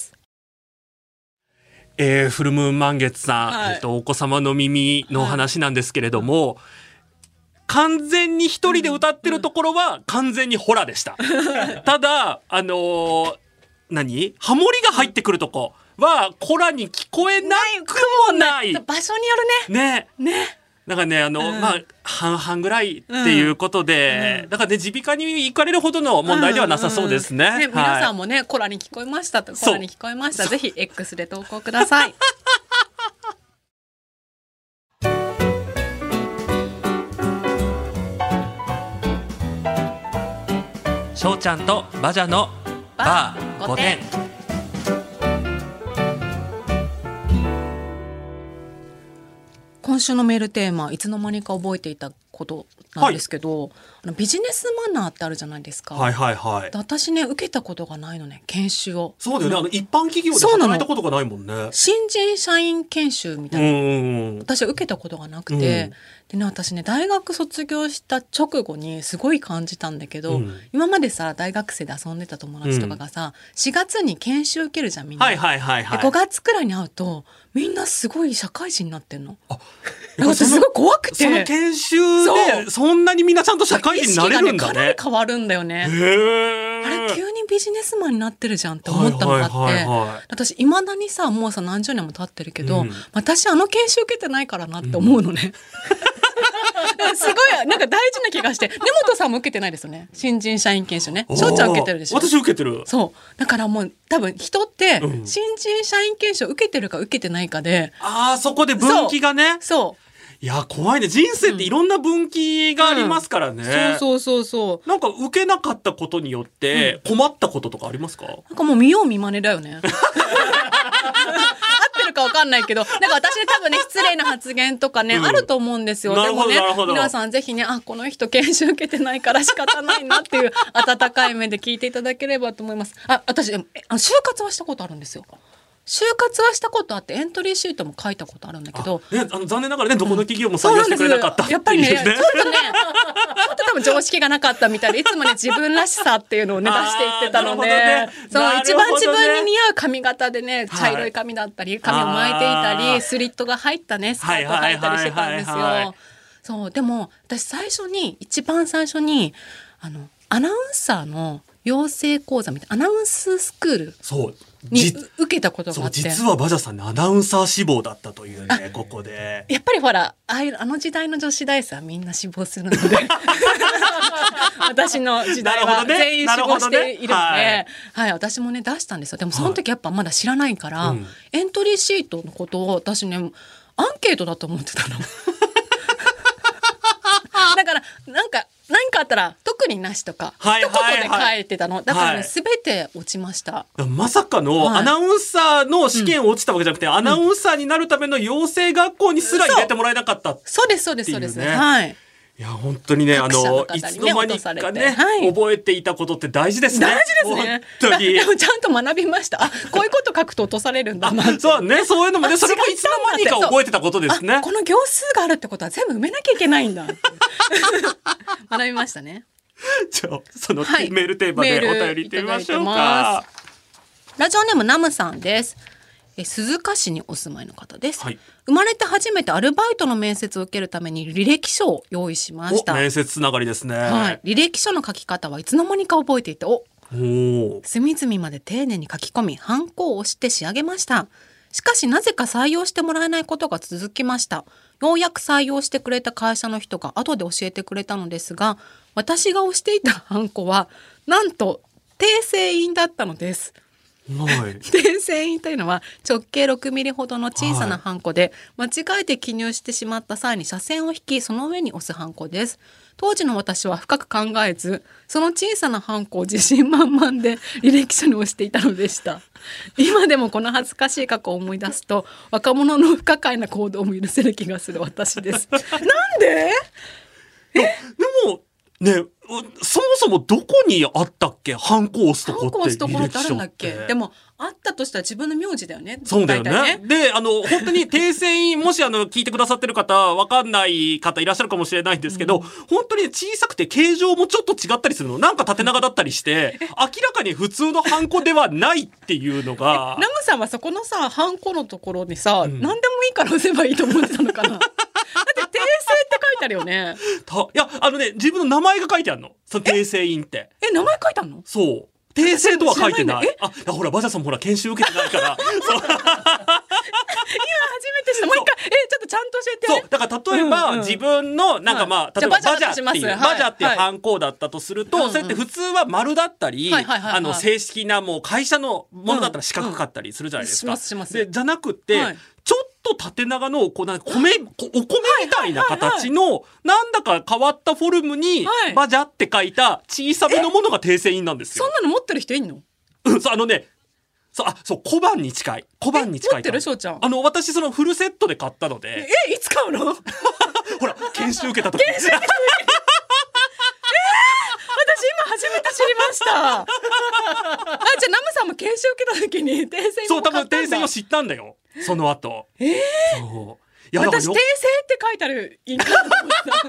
フルムーン満月さん、はい、お子様の耳の話なんですけれども、完全に一人で歌ってるところは完全にホラでした。ただハモリが入ってくるとこはコラに聞こえなくもない。 場所によるね。ね。 なんかねまあ半々ぐらいっていうことで、だからね耳鼻科に行かれるほどの問題ではなさそうですね。 皆さんもねコラに聞こえましたとコラに聞こえました。ぜひ X で投稿ください。 翔ちゃんとバジャのバー5点。 今週のメールテーマいつの間にか覚えていたことなんですけど、ビジネスマナーってあるじゃないですか。 はいはいはい。 私ね、受けたことがないのね、研修を。 そうだよね、一般企業で働いたことがないもんね。 新人社員研修みたいな、私は受けたことがなくて、でね、私ね、大学卒業した直後にすごい感じたんだけど、今までさ、大学生で遊んでた友達とかがさ、4月に研修受けるじゃん、みんな。 はいはいはいはい。 で5月くらいに会うとみんなすごい社会人になってんの。なんかすごい怖くて、 その研修でそんなにみんなちゃんと社会人になれるんだね。 意識がね、かなり変わるんだよね。あれ急にビジネスマンになってるじゃんって思ったのがあって、私いまだにさ、もうさ何十年も経ってるけど、私研修受けてないからなって思うのね。すごいなんか大事な気がして。根本さんも受けてないですよね、新人社員研修ね。翔ちゃん受けてるでしょ。 私受けてる。 そうだからもう多分人って新人社員研修受けてるか受けてないかで、 そこで分岐がね。 そういや怖いね。人生っていろんな分岐がありますからね。 そうなんか受けなかったことによって困ったこととかありますか？ なんかもう見よう見まねだよね。合ってるか分かんないけど、なんか私ね、多分ね、失礼な発言とかね、あると思うんですよ。でもね、皆さんぜひね、この人研修受けてないから仕方ないなっていう温かい目で聞いていただければと思います。私就活はしたことあるんですよ。就活はしたことあって、エントリーシートも書いたことあるんだけど、 残念ながらね、どこの企業も採用してくれなかったっていうね。 やっぱりね、ちょっと多分常識がなかったみたいで、いつもね、自分らしさっていうのをね、出していってたので、一番自分に似合う髪型でね、茶色い髪だったり、髪を巻いていたり、スリットが入ったね、スカートを履いたりしてたんですよ。そうでも私一番最初にアナウンサーの養成講座みたいなアナウンススクールに受けたことがあって、 実はバジャさんね、アナウンサー志望だったというね。ここでやっぱりほら、あの時代の女子大生はみんな志望するので私の時代は全員志望しているので、私もね出したんですよ。でもその時やっぱまだ知らないから、エントリーシートのことを私ね、アンケートだと思ってたの。だから何かあったら特になしとか一言で書いてたの。だからね、全て落ちました。 まさかのアナウンサーの試験落ちたわけじゃなくて、アナウンサーになるための養成学校にすら入れてもらえなかったっていうね。 そうです。はい。 いや本当にね、いつの間にかね、覚えていたことって大事ですね。 大事ですね。本当に。でもちゃんと学びました。こういうこと書くと落とされるんだな。 そうね、そういうのもね、それもいつの間にか覚えてたことですね。 この行数があるってことは全部埋めなきゃいけないんだ。学びましたね。 じゃあそのメールテーマでお便りいってみましょうか。 ラジオネームナムさんです。鈴鹿市にお住まいの方です。生まれて初めてアルバイトの面接を受けるために履歴書を用意しました。 面接つながりですね。 履歴書の書き方はいつの間にか覚えていて、隅々まで丁寧に書き込み、ハンコを押して仕上げました。しかしなぜか採用してもらえないことが続きました。ようやく採用してくれた会社の人が後で教えてくれたのですが、私が押していたハンコはなんと訂正印だったのです。訂正印というのは直径6ミリほどの小さなハンコで、間違えて記入してしまった際に斜線を引き、その上に押すハンコです。当時の私は深く考えず、その小さなハンコを自信満々で履歴書に押していたのでした。今でもこの恥ずかしい過去を思い出すと、若者の不可解な行動も許せる気がする私です。なんで？ でもね、そもそもどこにあったっけ？ハンコを押すとこって。 ハンコを押すところってあるんだっけ？でもあったとしたら自分の名字だよね。 そうだよね。で、本当に訂正印、もし聞いてくださってる方、わかんない方いらっしゃるかもしれないんですけど、本当に小さくて形状もちょっと違ったりするの。なんか縦長だったりして、明らかに普通のハンコではないっていうのが。 ナムさんはそこのさ、ハンコのところにさ、何でもいいから押せばいいと思ってたのかな。だって訂正って書いてあるよね。 いや、自分の名前が書いてあるの。その訂正印って。 名前書いてあるの？ そう。訂正とは書いてない。ほらバジャさんもほら研修受けてないから。今初めてした。もう一回ちょっとちゃんと教えて。 そうだから例えば、自分のなんか例えばバジャっていうハンコだったとすると、それって普通は丸だったり、正式なもう会社のものだったら四角かったりするじゃないですか。でじゃなくて、ちょっと縦長のお米みたいな形のなんだか変わったフォルムにバジャって書いた小さめのものが訂正印なんですよ。 そんなの持ってる人いんの？ そう小判に近い。小判に近い。 持ってる？翔ちゃん。 私そのフルセットで買ったので。 いつ買うの？ ほら研研修受けた時私今初めて知りました。じゃあナムさんも研修受けた時に訂正そう多分訂正を知ったんだよその後。そういや私訂正って書いてある印鑑だ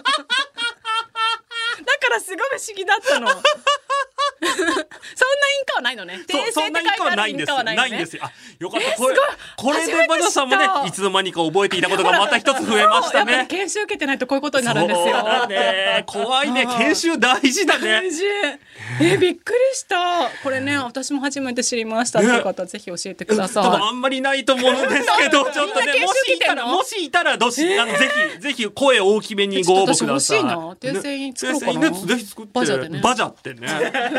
からすごい不思議だったの。そんな印鑑はないのね。訂正って書いてある印鑑はないのね。 ないんですよ。あ、よかった。これでバナさんもねいつの間にか覚えていたことがまた一つ増えましたね。 やっぱり研修受けてないとこういうことになるんですよ。 そうだね。怖いね。研修大事だね。 大事。びっくりした。これね私も初めて知りましたっていう方ぜひ教えてください。 多分あんまりないと思うんですけどちょっとねもしいたらぜひ声大きめにご応募ください。 訂正員作ろうかな。 ぜひ作ってバジャでね。 バジャってね。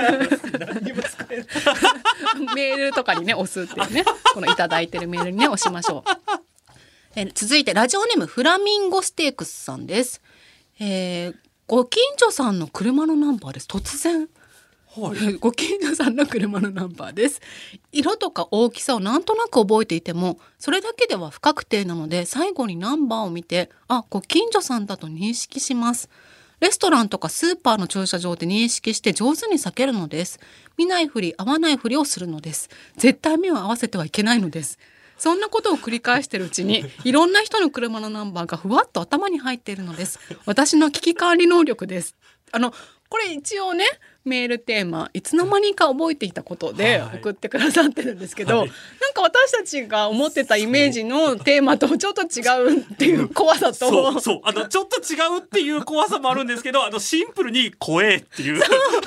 メールとかにね押すっていうねこのいただいてるメールにね押しましょう。続いてラジオネームフラミンゴステークスさんです。ご近所さんの車のナンバーです。突然、はい、ご近所さんの車のナンバーです。色とか大きさをなんとなく覚えていてもそれだけでは不確定なので最後にナンバーを見てご近所さんだと認識します。レストランとかスーパーの駐車場で認識して上手に避けるのです。見ないふり合わないふりをするのです。絶対目を合わせてはいけないのです。そんなことを繰り返しているうちにいろんな人の車のナンバーがふわっと頭に入っているのです。私の危機管理能力です。これ一応ねメールテーマいつの間にか覚えていたことで送ってくださってるんですけど、なんか私たちが思ってたイメージのテーマとちょっと違うっていう怖さとそうちょっと違うっていう怖さもあるんですけどシンプルに怖えっていう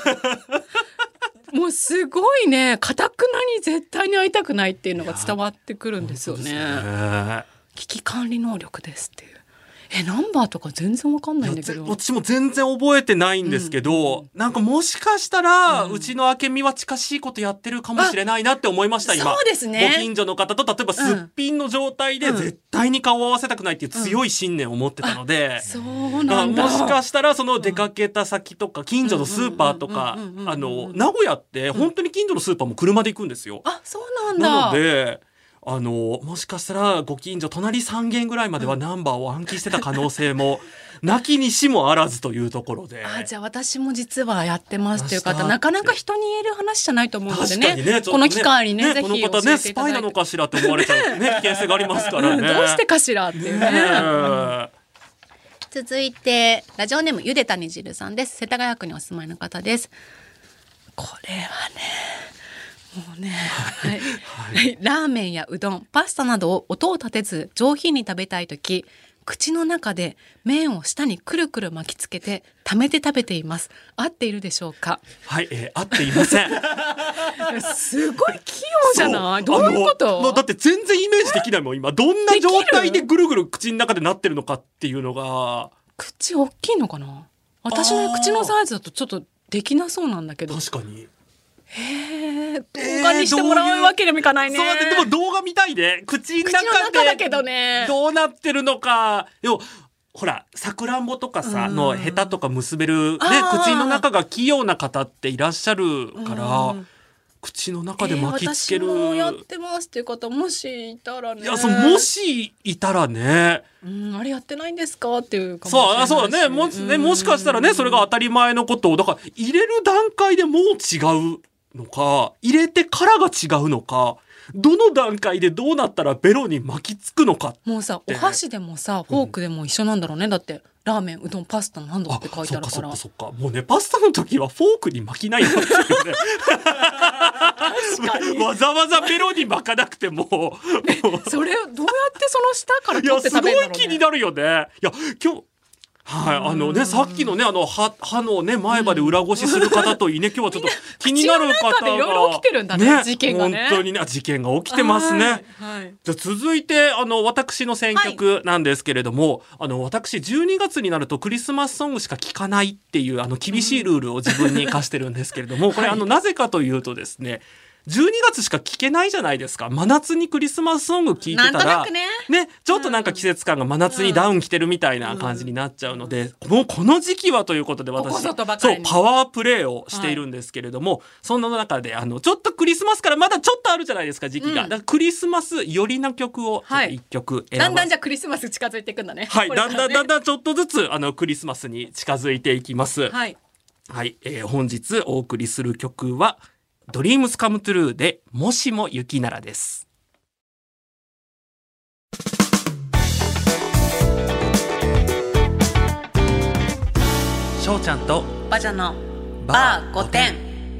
もうすごいね堅くなに絶対に会いたくないっていうのが伝わってくるんですよね。危機管理能力ですっていう。ナンバーとか全然わかんないんだけど私も全然覚えてないんですけど、なんかもしかしたら、うちの明美は近しいことやってるかもしれないなって思いました今。 そうですね。 ご近所の方と例えばすっぴんの状態で絶対に顔を合わせたくないっていう強い信念を持ってたので、 そうなんだ。 もしかしたらその出かけた先とか近所のスーパーとか名古屋って本当に近所のスーパーも車で行くんですよ。 そうなんだ。 なのでもしかしたらご近所隣3軒ぐらいまではナンバーを暗記してた可能性もなきにしもあらずというところでじゃあ私も実はやってますという方なかなか人に言える話じゃないと思うので ねこの機会にねぜひ教えていただいて、 この方ねスパイなのかしらって思われちゃう、ね、危険性がありますからねどうしてかしらっていうね続いてラジオネームゆでたにじるさんです。世田谷区にお住まいの方です。これはねもうね、ラーメンやうどんパスタなどを音を立てず上品に食べたいとき口の中で麺を舌にくるくる巻きつけて溜めて食べています。合っているでしょうか。 はい、合っていませんすごい器用じゃない。どういうこと。 だって全然イメージできないもん今どんな状態でぐるぐる口の中でなってるのかっていうのが。 口大きいのかな。私の口のサイズだとちょっとできなそうなんだけど。 確かに動画にしてもらうわけにもいかないね。 そうでも動画見たいね。口の中だけどねどうなってるのか。でもほらさくらんぼとかさのヘタとか結べる、ね、口の中が器用な方っていらっしゃるから口の中で巻きつける、 私もやってますっていう方もしいたらね。 いやもしいたらね、 あれやってないんですかっていうかもしれないし。 そうだね。もしかしたらねそれが当たり前のことをだから入れる段階でもう違うのか入れてからが違うのかどの段階でどうなったらベロに巻きつくのかって。 もうさお箸でもさフォークでも一緒なんだろうね。だってラーメンうどんパスタなんだって書いてあるから。 そっかもうねパスタの時はフォークに巻きないよっていうね確かにわざわざベロに巻かなくてもそれをどうやってその下から取って食べるんだろうね。 いやすごい気になるよね。いや今日さっきのね歯のね前歯で裏ごしする方といいね今日はちょっと気になる方が口の中でいろいろ起きてるんだね事件がね。 本当にね事件が起きてますね。じゃあ続いて私の選曲なんですけれども、私12月になるとクリスマスソングしか聴かないっていう厳しいルールを自分に課してるんですけれども、これなぜかというとですね 12月しか聴けないじゃないですか。真夏にクリスマスソング聴いてたら、 なんとなくねちょっとなんか季節感が真夏にダウン着てるみたいな感じになっちゃうので、もうこの時期はということで私、 ここぞとばかそうりにパワープレイをしているんですけれども、そんな中でちょっとクリスマスからまだちょっとあるじゃないですか、時期が。だからクリスマス寄りの曲をちょっと1曲選ばせて、 だんだんじゃあクリスマス近づいていくんだね。 はい、 これからねだんだんちょっとずつクリスマスに近づいていきます。 はい。 はい、本日お送りする曲はドリームスカムトゥルーでもしも雪ならです。しょうちゃんとバジャのバー5点。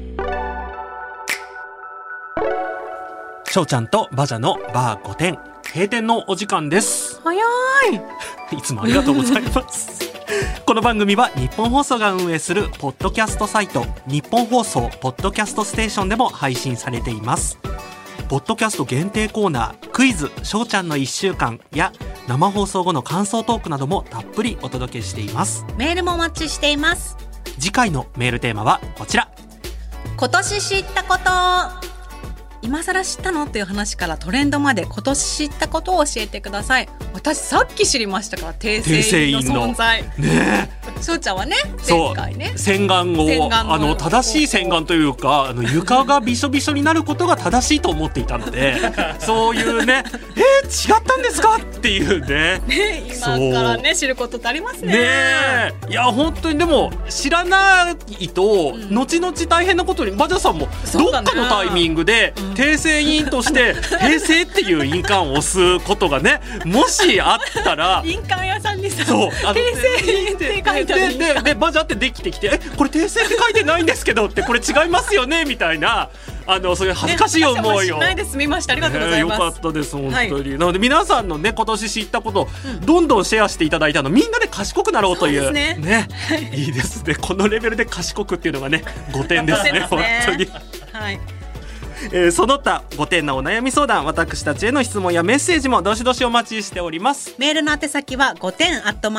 しょうちゃんとバジャのバー5点、閉店のお時間です。 早い。 いつもありがとうございますこの番組は日本放送が運営するポッドキャストサイト日本放送ポッドキャストステーションでも配信されています。ポッドキャスト限定コーナークイズしょうちゃんの1週間や生放送後の感想トークなどもたっぷりお届けしています。 メールもお待ちしています。 次回のメールテーマはこちら。 今年知ったこと。今更知ったのっていう話からトレンドまで今年知ったことを教えてください。私さっき知りましたから、訂正員の存在ね。 しょうちゃんはね、 そう前回ね洗顔を正しい洗顔というか床がびしょびしょになることが正しいと思っていたのでそういうね違ったんですかっていうね今からね知ることってありますね。 いや本当にでも知らないと、後々大変なことにバジャさんもどっかのタイミングで訂正員として訂正っていう印鑑を押すことがねもしあったら印鑑屋さんにさそう訂正員って書いてあるでバジャってできてきてこれ訂正って書いてないんですけどってこれ違いますよねみたいなそういう恥ずかしい思いを、 しないで済みました。ありがとうございます。 よかったです本当に、なので皆さんのね今年知ったことをどんどんシェアしていただいたの、みんなで賢くなろうというそうですねいいですね。このレベルで賢くっていうのがね5点ですね本当に。 はい。 その他5点のお悩み相談、私たちへの質問やメッセージもどしどしお待ちしております。 メールの宛先は5点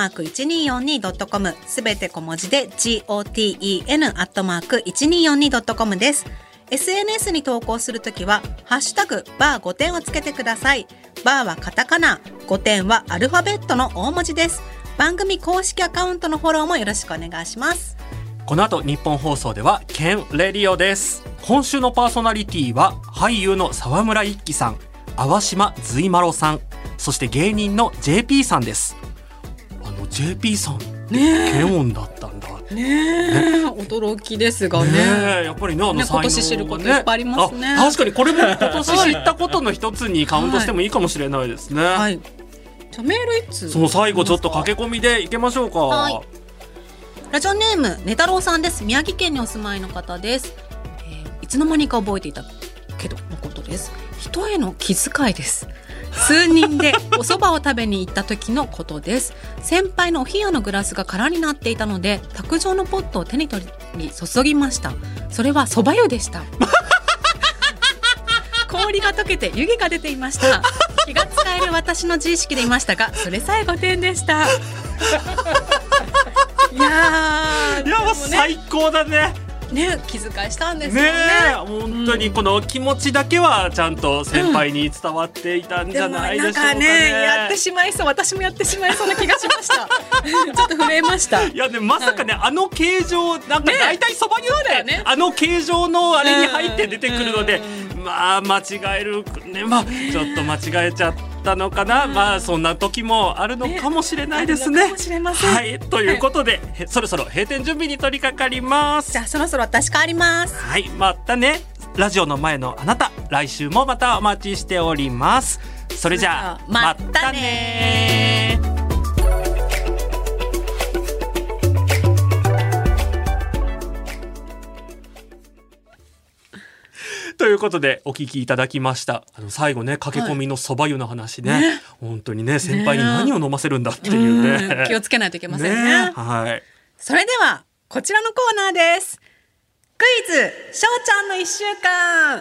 @1242.com、 すべて小文字で GOTEN @1242.com です。SNS に投稿するときはハッシュタグバー5点をつけてください。バーはカタカナ、5点はアルファベットの大文字です。番組公式アカウントのフォローもよろしくお願いします。 この後日本放送ではケンレディオです。今週のパーソナリティは俳優の沢村一樹さん、淡島ずいまろさん、そして芸人の JP さんです。JP さんってケンオンだったんだね、驚きですが ねやっぱりね今年知ることいっぱいありますね。 確かにこれも今年知ったことの一つにカウントしてもいいかもしれないですね。 はい、じゃあメールいつその最後ちょっと駆け込みでいけましょうか。 はい、ラジオネームねたろうさんです。宮城県にお住まいの方です。いつの間にか覚えていたけどのことです。人への気遣いです。数人でお蕎麦を食べに行った時のことです。先輩のお冷やのグラスが空になっていたので卓上のポットを手に取り注ぎました。それは蕎麦湯でした氷が溶けて湯気が出ていました。気が使える私の自意識でいましたが、それさえ5点でしたいやいや、最高だね。 ね、気遣いしたんですよね。 本当にこの気持ちだけはちゃんと先輩に伝わっていたんじゃないでしょうかね。 でもなんかね、やってしまいそう、私もやってしまいそうな気がしましたちょっと震えました。 いやでもまさかね、あの形状なんか大体そば湯って、 ね、 あの形状のあれに入って出てくるので、まあ間違えるね、まあちょっと間違えちゃったのかな、まあそんな時もあるのかもしれないですね。 かもしれません。 はい、ということで、そろそろ閉店準備に取り掛かります。 じゃあそろそろ私帰ります。 はい、またね。ラジオの前のあなた、来週もまたお待ちしております。それじゃあまたね。ということでお聞きいただきました。最後ね、駆け込みのそば湯の話ね、本当にね、先輩に何を飲ませるんだっていうね、 気をつけないといけませんね。 はい。 それではこちらのコーナーです。クイズしょうちゃんの1週間。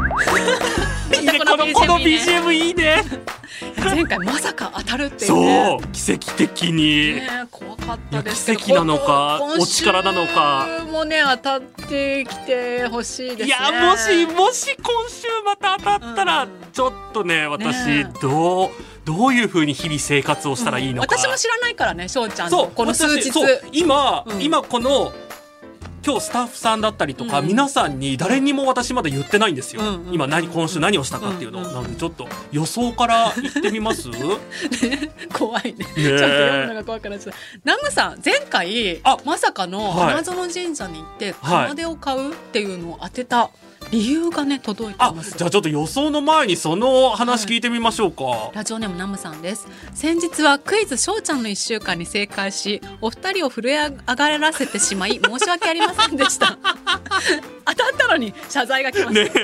いいね、この BGM いいね。 前回まさか当たるっていうね。 そう、奇跡的に、 怖かったですけど、 奇跡なのかお力なのかもね当たってきてほしいですね。 いや、もし今週また当たったら、ちょっとね、私どういう風に日々生活をしたらいいのか、 私も知らないからね、翔ちゃんのこの数日。 今この今日スタッフさんだったりとか、皆さんに誰にも私まだ言ってないんですよ、今今週何をしたかっていうの、なのでちょっと予想から言ってみます？ 怖いね、ちょっと読むのが怖くなっちゃった。ナムさん、前回まさかの花園神社に行って熊手を買うっていうのを当てた理由がね届いてます。 じゃあちょっと予想の前にその話聞いてみましょうか。 ラジオネームナムさんです。先日はクイズ翔ちゃんの1週間に正解し、お二人を震え上がらせてしまい申し訳ありませんでした当たったのに謝罪が来ました、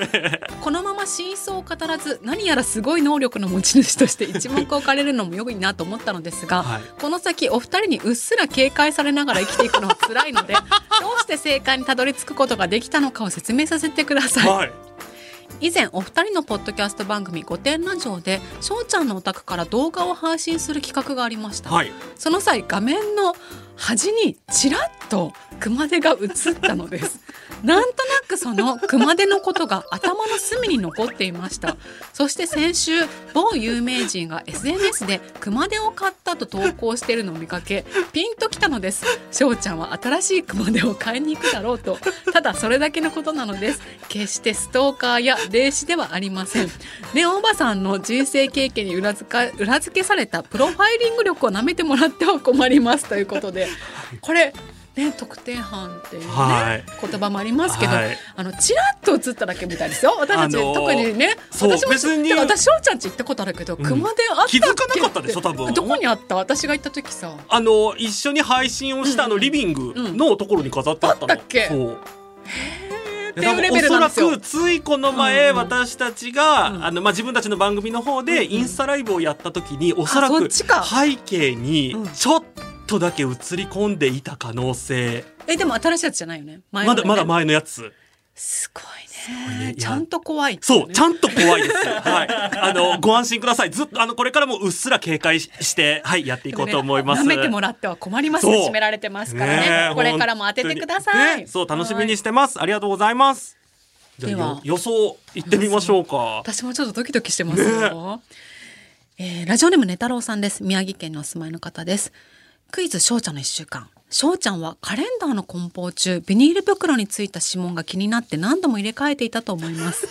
このまま真相を語らず、何やらすごい能力の持ち主として一目置かれるのも良いなと思ったのですが、この先お二人にうっすら警戒されながら生きていくのは辛いのでどうして正解にたどり着くことができたのかを説明させてください。以前お二人のポッドキャスト番組御殿ラジオで翔ちゃんのお宅から動画を配信する企画がありました、その際画面の端にちらっと熊手が映ったのですなんとなくその熊手のことが頭の隅に残っていました。そして先週某有名人が SNS で熊手を買ったと投稿しているのを見かけ、ピンときたのです。翔ちゃんは新しい熊手を買いに行くだろうと、ただそれだけのことなのです。決してストーカーや霊視ではありません。レオンおばさんの人生経験に裏付けされたプロファイリング力をなめてもらっては困りますということで、これね、特定班っていうね、言葉もありますけど、チラッと映っただけみたいですよ。私たち、特にね、私翔ちゃんち行ったことあるけど、熊手あったっけ、 気づかなかったでしょ多分。 どこにあった？私が行った時さ、 一緒に配信をしたリビングのところに飾ってあったの。 あったっけ？ そうっていうレベルなんですよ。 おそらくついこの前、私たちが、自分たちの番組の方でインスタライブをやった時に、おそらく背景にちょっとだけ映り込んでいた可能性。 でも新しいやつじゃないよね。まだ前のやつ。 すごいね。ちゃんと怖い、ね。 そう、ちゃんと怖いです。ご安心ください。ずっとこれからもうっすら警戒して、やっていこうと思います。 舐めてもらっては困ります。締められてますからね。これからも当ててください。 そう、楽しみにしてます。ありがとうございます。では予想いってみましょうか。 私もちょっとドキドキしてますよ。ラジオネームね太郎さんです。宮城県にお住まいの方です。クイズ翔ちゃんの1週間。翔ちゃんはカレンダーの梱包中、ビニール袋についた指紋が気になって何度も入れ替えていたと思います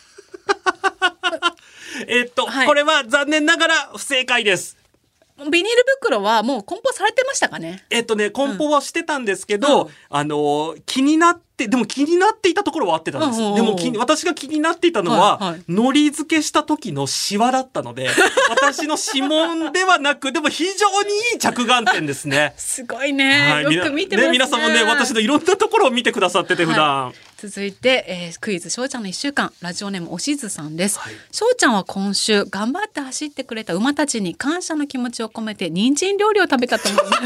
これは残念ながら不正解です。 ビニール袋はもう梱包されてましたかね？ 梱包はしてたんですけど、気になっていたところは合ってたんです。でも私が気になっていたのは、のり付けした時のシワだったので、私の指紋ではなく、でも非常にいい着眼点ですね。 すごいね。よく見てますね。 皆さんもね、私のいろんなところを見てくださってて、普段。 続いて、クイズ翔ちゃんの1週間。ラジオネームおしずさんです。翔ちゃんは今週頑張って走ってくれた馬たちに感謝の気持ちを込めて人参料理を食べたと思います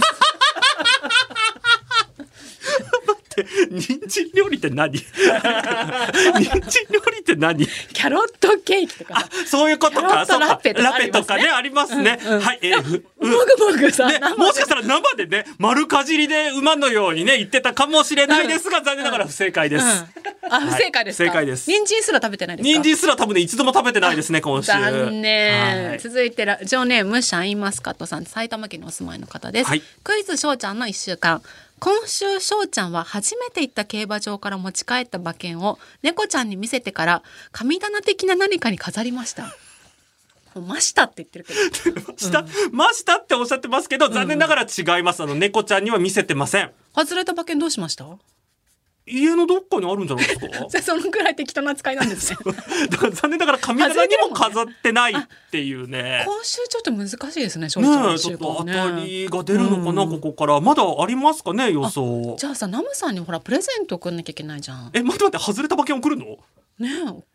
人参料理って何？人参料理って何？ キャロットケーキとか。 そういうことか。 ラペとかね、ありますね。はい。 もぐもぐさん、 もしかしたら生でね、丸かじりで馬のようにね言ってたかもしれないですが、残念ながら不正解です。 不正解ですか？ 正解です。 人参すら食べてないですか？ 人参すら多分ね、一度も食べてないですね、今週。 残念。続いてラジオネームシャインマスカットさん、埼玉県にお住まいの方です。クイズ翔ちゃんの1週間。今週翔ちゃんは初めて行った競馬場から持ち帰った馬券を猫ちゃんに見せてから神棚的な何かに飾りました。ましたって言ってるけどましたっておっしゃってますけど、残念ながら違います。猫ちゃんには見せてません。 外れた馬券どうしました？ 家のどっかにあるんじゃないですか？ そのくらい適当な扱いなんですね。 だから残念ながら神棚にも飾ってないっていうね。 今週ちょっと難しいですね。翔ちゃんのちょっと当たりが出るのかな、ここからまだありますかね、予想。 じゃあさ、ナムさんにほらプレゼント送んなきゃいけないじゃん。 待って、外れた馬券送るの？ ね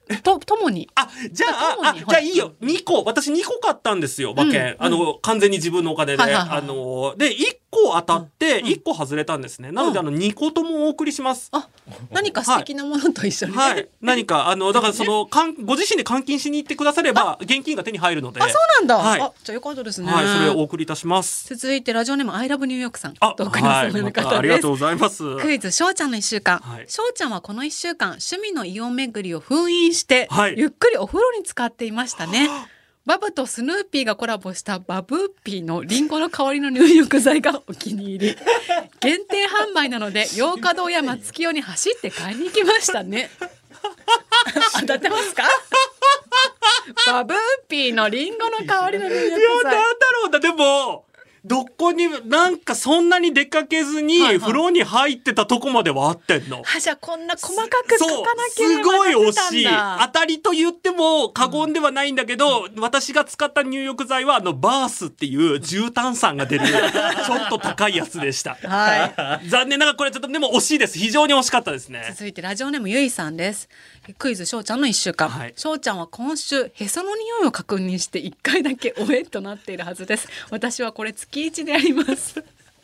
ともに。 じゃあいいよ。2個。私2個買ったんですよ、馬券。完全に自分のお金で。で、1個当たって、1個外れたんですね。なので、2個ともお送りします。 何か素敵なものと一緒に。 はい。何か、だからご自身で換金しに行ってくだされば、現金が手に入るので。 そうなんだ。 はい。 じゃあよかったですね。 はい、それをお送りいたします。 続いて、ラジオネーム、I love New York さん。 はい。ありがとうございます。 クイズ、しょうちゃんの1週間。しょうちゃんはこの1週間、趣味のイオン巡りを封印して、ゆっくりお風呂に浸かっていましたね。バブとスヌーピーがコラボしたバブーピーのリンゴの代わりの入浴剤がお気に入り。限定販売なので、洋華堂や松清に走って買いに行きましたね。当たってますか？バブーピーのリンゴの代わりの入浴剤。 なんだろうな、でもどこになんかそんなに出かけずに風呂に入ってたとこまでは合ってんの。 じゃあこんな細かく書かなきゃすごい惜しい。当たりと言っても過言ではないんだけど、私が使った入浴剤はバースっていう重炭酸が出るちょっと高いやつでした。残念ながらこれちょっとでも惜しいです。非常に惜しかったですね。 続いてラジオネームゆいさんです。クイズしょうちゃんの1週間。しょうちゃんは今週へその匂いを確認して1回だけおえとなっているはずです。私はこれ月1であります。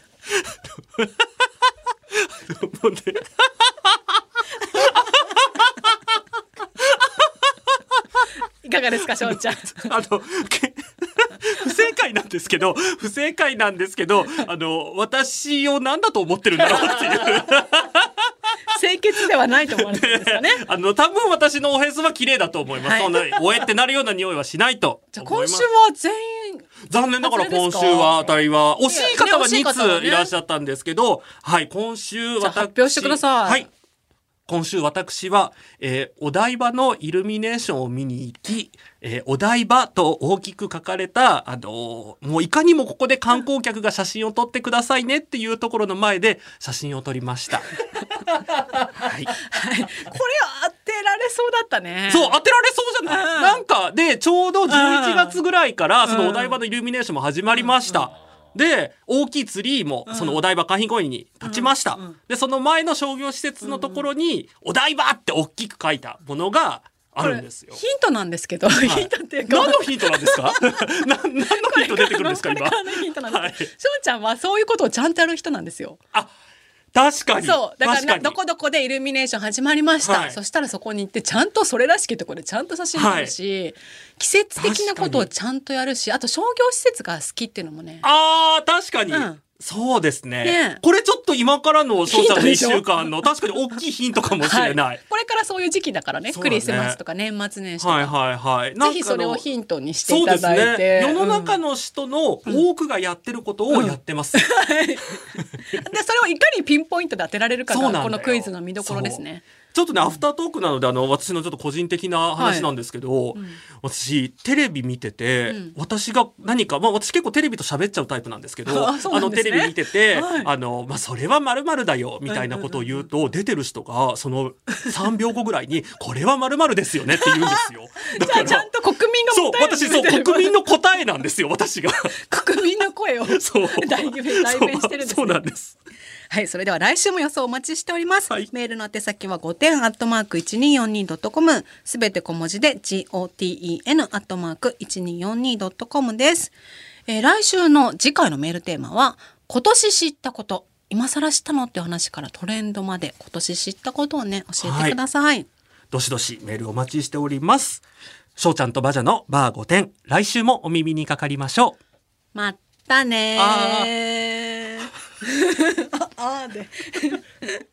いかがですか、しょうちゃん。 不正解なんですけど私を何だと思ってるんだろうっていう清潔ではないと思われてるんですかね。 多分私のおへそは綺麗だと思います。そんなおえってなるような匂いはしないと思います。 じゃあ今週は全員残念ながら今週は当たりは惜しい方は2通いらっしゃったんですけど、今週発表してください。 今週私は、お台場のイルミネーションを見に行き、お台場と大きく書かれた、もういかにもここで観光客が写真を撮ってくださいねっていうところの前で写真を撮りました。これ当てられそうだったね。 そう、当てられそうじゃない、なんかでちょうど11月ぐらいからそのお台場のイルミネーションも始まりました。で大きいツリーもそのお台場海浜公園に立ちました。でその前の商業施設のところにお台場って大きく書いたものがあるんですよ。 ヒントなんですけど、ヒントっていうか何のヒントなんですか？何のヒント出てくるんですか今？ これからのヒントなんです。しょうちゃんはそういうことをちゃんとやる人なんですよ。 確かに。 そうだからどこどこでイルミネーション始まりました、そしたらそこに行ってちゃんとそれらしきところでちゃんと写真撮るし、季節的なことをちゃんとやるし、あと商業施設が好きっていうのもね。 確かに、そうですね。これちょっと今からのしょうちゃんの1週間の確かに大きいヒントかもしれない。 これからそういう時期だからね。クリスマスとか年末年始とか。ぜひそれをヒントにしていただいて。 世の中の人の多くがやってることをやってます。でそれをいかにピンポイントで当てられるかがこのクイズの見どころですね。 ちょっとねアフタートークなので私のちょっと個人的な話なんですけど、私テレビ見てて、私が何か私結構テレビと喋っちゃうタイプなんですけど、テレビ見てて、それは〇〇だよみたいなことを言うと、出てる人がその3秒後ぐらいにこれは〇〇ですよねって言うんですよ。 だからちゃんと国民が答える。 国民の答えなんですよ私が。 国民の声を代弁してるんですね。 そうなんです。 はい、それでは来週も予想お待ちしております。メールの宛先は5点@1242.com、すべて小文字で GOTEN@1242.com です。来週の次回のメールテーマは今年知ったこと、今更知ったのっていう話からトレンドまで今年知ったことをね教えてください。 どしどしメールお待ちしております。しょうちゃんとバジャのバー5点、来週もお耳にかかりましょう。 またねー。で